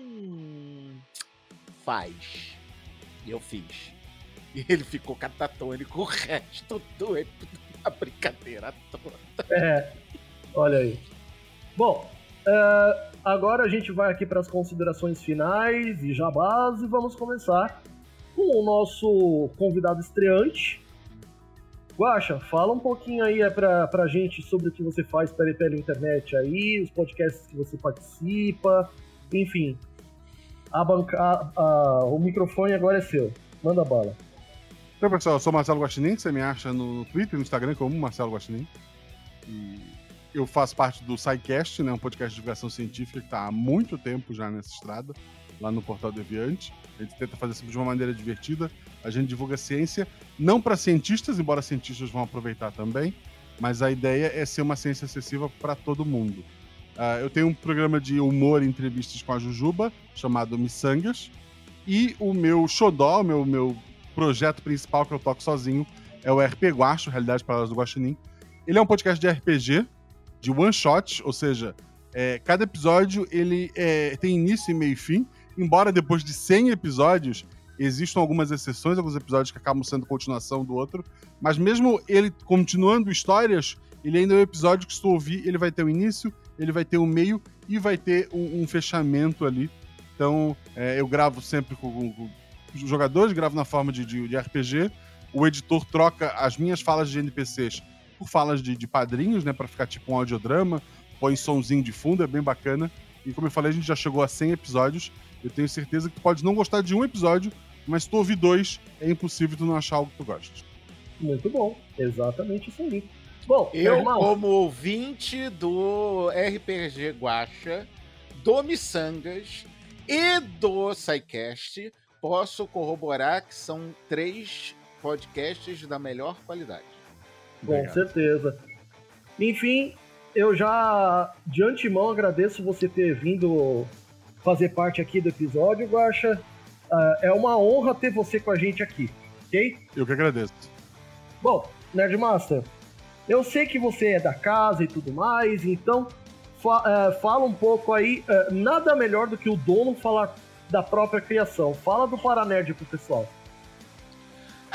Faz. E eu fiz. E ele ficou catatônico o resto da brincadeira toda. Olha aí. Bom, agora a gente vai aqui para as considerações finais e jabás e vamos começar com o nosso convidado estreante. Guaxa, fala um pouquinho aí pra gente sobre o que você faz pela internet aí, os podcasts que você participa, enfim. O microfone agora é seu. Manda bala. Então, pessoal, eu sou Marcelo Guaxinim, você me acha no Twitter e no Instagram como Marcelo Guaxinim. E eu faço parte do SciCast, né, um podcast de divulgação científica que está há muito tempo já nessa estrada, lá no Portal Deviante. A gente tenta fazer isso de uma maneira divertida. A gente divulga ciência, não para cientistas, embora cientistas vão aproveitar também, mas a ideia é ser uma ciência acessível para todo mundo. Eu tenho um programa de humor e entrevistas com a Jujuba, chamado Missangas, e o meu xodó, meu projeto principal que eu toco sozinho, é o RP Guaxo, Realidade Paralelas do Guaxinim. Ele é um podcast de RPG, de one shot, ou seja, cada episódio ele tem início, meio e fim, embora depois de 100 episódios existam algumas exceções, alguns episódios que acabam sendo continuação do outro, mas mesmo ele continuando histórias, ele ainda é um episódio que se tu ouvir, ele vai ter o início, ele vai ter o meio e vai ter um fechamento ali. Então, eu gravo sempre com os jogadores, gravo na forma de RPG, o editor troca as minhas falas de NPCs por falas de padrinhos, né, pra ficar tipo um audiodrama, põe somzinho de fundo, é bem bacana. E como eu falei, a gente já chegou a 100 episódios. Eu tenho certeza que tu pode não gostar de um episódio, mas se tu ouvir 2, é impossível tu não achar algo que tu gosta. Muito bom, exatamente isso aí. Bom, Eu, irmão, como ouvinte do RPG Guaxa, do Missangas e do SciCast, posso corroborar que são 3 podcasts da melhor qualidade. com Obrigado. certeza. Enfim, eu já de antemão agradeço você ter vindo fazer parte aqui do episódio, Guaxa. É uma honra ter você com a gente aqui, ok? Eu que agradeço. Bom, Nerdmaster, eu sei que você é da casa e tudo mais, então fala um pouco aí. Nada melhor do que o dono falar da própria criação. Fala do Paranerd pro pessoal.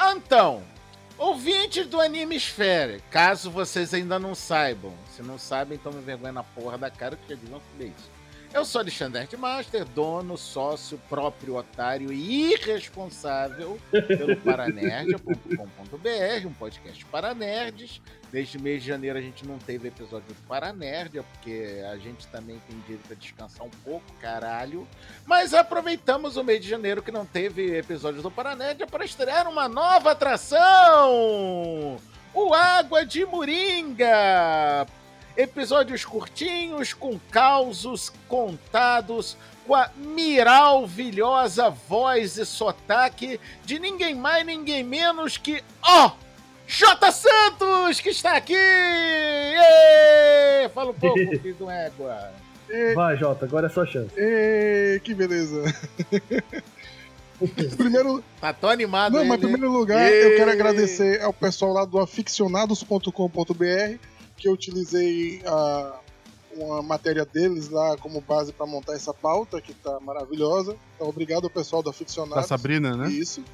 Então, ouvintes do Animesphere, caso vocês ainda não saibam, se não sabem, então me vergonha na porra da cara que já deviam saber isso. Eu sou Alexandre Nerdmaster, dono, sócio, próprio otário e irresponsável pelo Paranerdia.com.br, um podcast para nerds. Desde mês de janeiro a gente não teve episódio do Paranerdia, porque a gente também tem direito a descansar um pouco, caralho. Mas aproveitamos o mês de janeiro que não teve episódio do Paranerdia para estrear uma nova atração! O Água de Moringa! Episódios curtinhos, com causos contados, com a maravilhosa voz e sotaque de ninguém mais, ninguém menos que... Jota Santos, que está aqui! Fala um pouco, filho do égua. Vai, Jota, agora é sua chance. Que beleza. Primeiro... Tá tão animado. Não, mas em primeiro lugar, eu quero agradecer ao pessoal lá do aficionados.com.br, que eu utilizei uma matéria deles lá como base para montar essa pauta, que tá maravilhosa. Então, obrigado ao pessoal do Aficionados. Da Sabrina, né? Isso.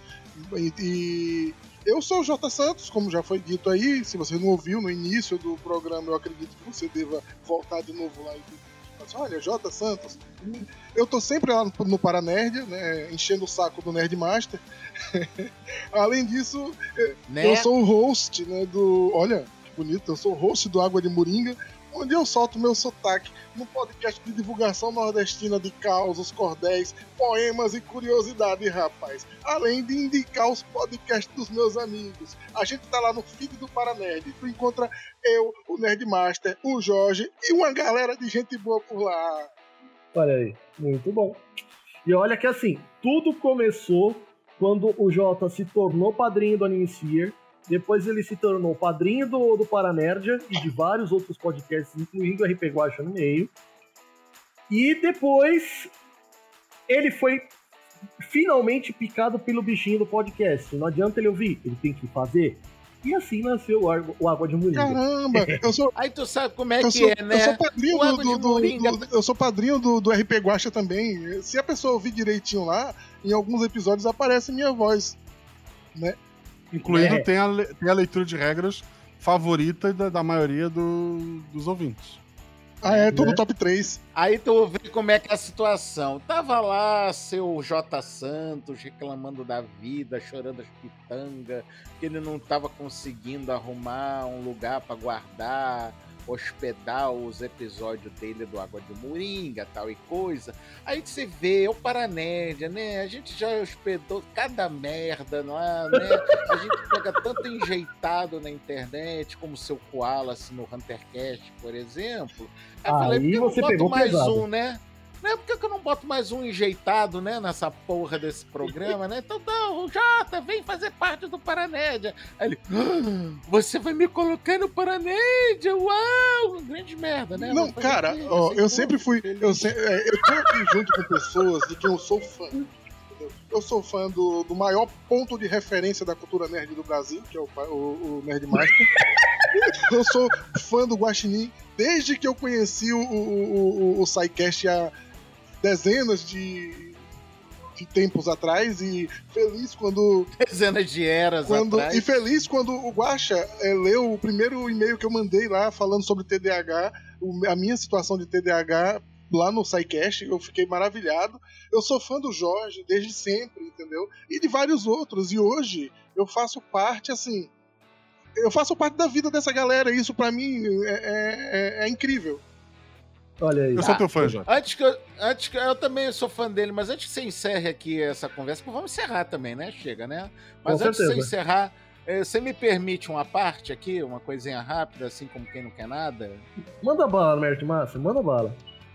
E eu sou o Jota Santos, como já foi dito aí. Se você não ouviu no início do programa, eu acredito que você deva voltar de novo lá e falar assim, olha, Jota Santos. Eu tô sempre lá no Paranerd, né, enchendo o saco do Nerdmaster. Além disso, eu sou o host, né, do... Olha... bonito, eu sou o host do Água de Moringa, onde eu solto meu sotaque no podcast de divulgação nordestina de causos, cordéis, poemas e curiosidade, rapaz. Além de indicar os podcasts dos meus amigos. A gente tá lá no feed do Paranerd. Tu encontra eu, o Nerdmaster, o Jorge e uma galera de gente boa por lá. Olha aí, muito bom. E olha que assim, tudo começou quando o Jota se tornou padrinho do Animesphere. Depois ele se tornou padrinho do Paranerdia e de vários outros podcasts, incluindo o RP Guacha no meio. E depois ele foi finalmente picado pelo bichinho do podcast. Não adianta ele ouvir, ele tem que fazer. E assim nasceu o Água de Moringa. Caramba, eu sou... Aí tu sabe como é que é, né? Eu sou padrinho eu sou padrinho do RP Guacha também. Se a pessoa ouvir direitinho lá, em alguns episódios aparece minha voz, né? Incluindo tem a leitura de regras favorita da maioria dos ouvintes. Tudo top 3. Aí tu vê como é que é a situação. Tava lá seu Jota Santos reclamando da vida, chorando as pitangas, que ele não tava conseguindo arrumar um lugar pra guardar, hospedar os episódios dele do Água de Moringa, tal e coisa. Aí você vê, o Paranerdia, né? A gente já hospedou cada merda lá, né? A gente pega tanto enjeitado na internet, como o seu Koala, assim, no HunterCast, por exemplo. Aí eu falei, por que eu não boto mais pesado. Né? Né? Por que eu não boto mais um enjeitado, né, nessa porra desse programa, né? Então, não, Jota, vem fazer parte do Paranerdia. Aí ele, você vai me colocar no Paranerdia? Uau! Grande merda, né? Não, cara, eu sempre fui... Eu tô aqui junto com pessoas de quem eu sou fã. Entendeu? Eu sou fã do maior ponto de referência da cultura nerd do Brasil, que é o Nerdmaster. Eu sou fã do Guaxinim desde que eu conheci o SciCast há dezenas de tempos atrás, e feliz quando... Dezenas de eras atrás. E feliz quando o Guaxa leu o primeiro e-mail que eu mandei lá falando sobre TDAH, a minha situação de TDAH lá no SciCast. Eu fiquei maravilhado. Eu sou fã do Jorge desde sempre, entendeu? E de vários outros. E hoje eu faço parte, assim... Eu faço parte da vida dessa galera, e isso pra mim é incrível. Olha aí. Eu sou teu fã, Jota. Antes que eu também sou fã dele, mas antes que você encerre aqui essa conversa, vamos encerrar também, né? Chega, né? Mas Com antes de certeza. você encerrar, você me permite uma parte aqui, uma coisinha rápida, assim como quem não quer nada? Manda bala, Nerd Massa, manda bala.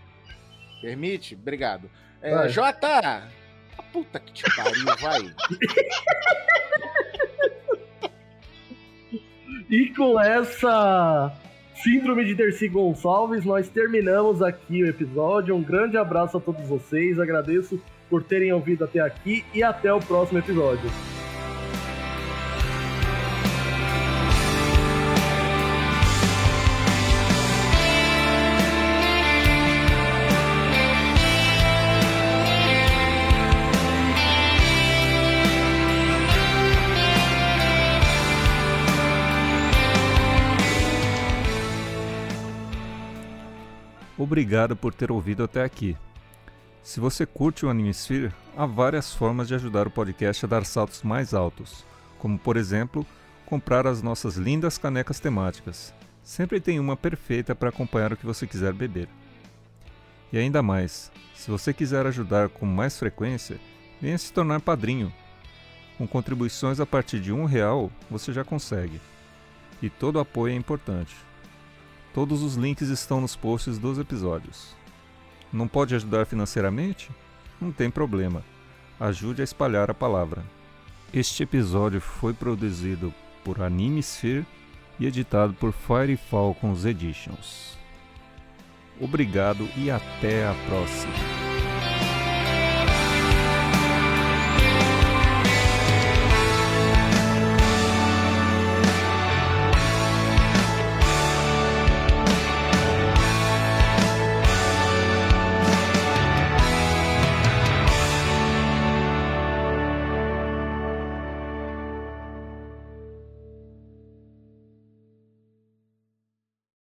Permite? Obrigado. Vai. Jota! A puta que te pariu, vai! E com essa síndrome de Dercy Gonçalves, nós terminamos aqui o episódio. Um grande abraço a todos vocês, agradeço por terem ouvido até aqui e até o próximo episódio. Obrigado por ter ouvido até aqui. Se você curte o Animesphere, há várias formas de ajudar o podcast a dar saltos mais altos, como, por exemplo, comprar as nossas lindas canecas temáticas. Sempre tem uma perfeita para acompanhar o que você quiser beber. E ainda mais, se você quiser ajudar com mais frequência, venha se tornar padrinho. Com contribuições a partir de R$1, você já consegue. E todo apoio é importante. Todos os links estão nos posts dos episódios. Não pode ajudar financeiramente? Não tem problema. Ajude a espalhar a palavra. Este episódio foi produzido por Animesphere e editado por Fire Falcons Editions. Obrigado e até a próxima.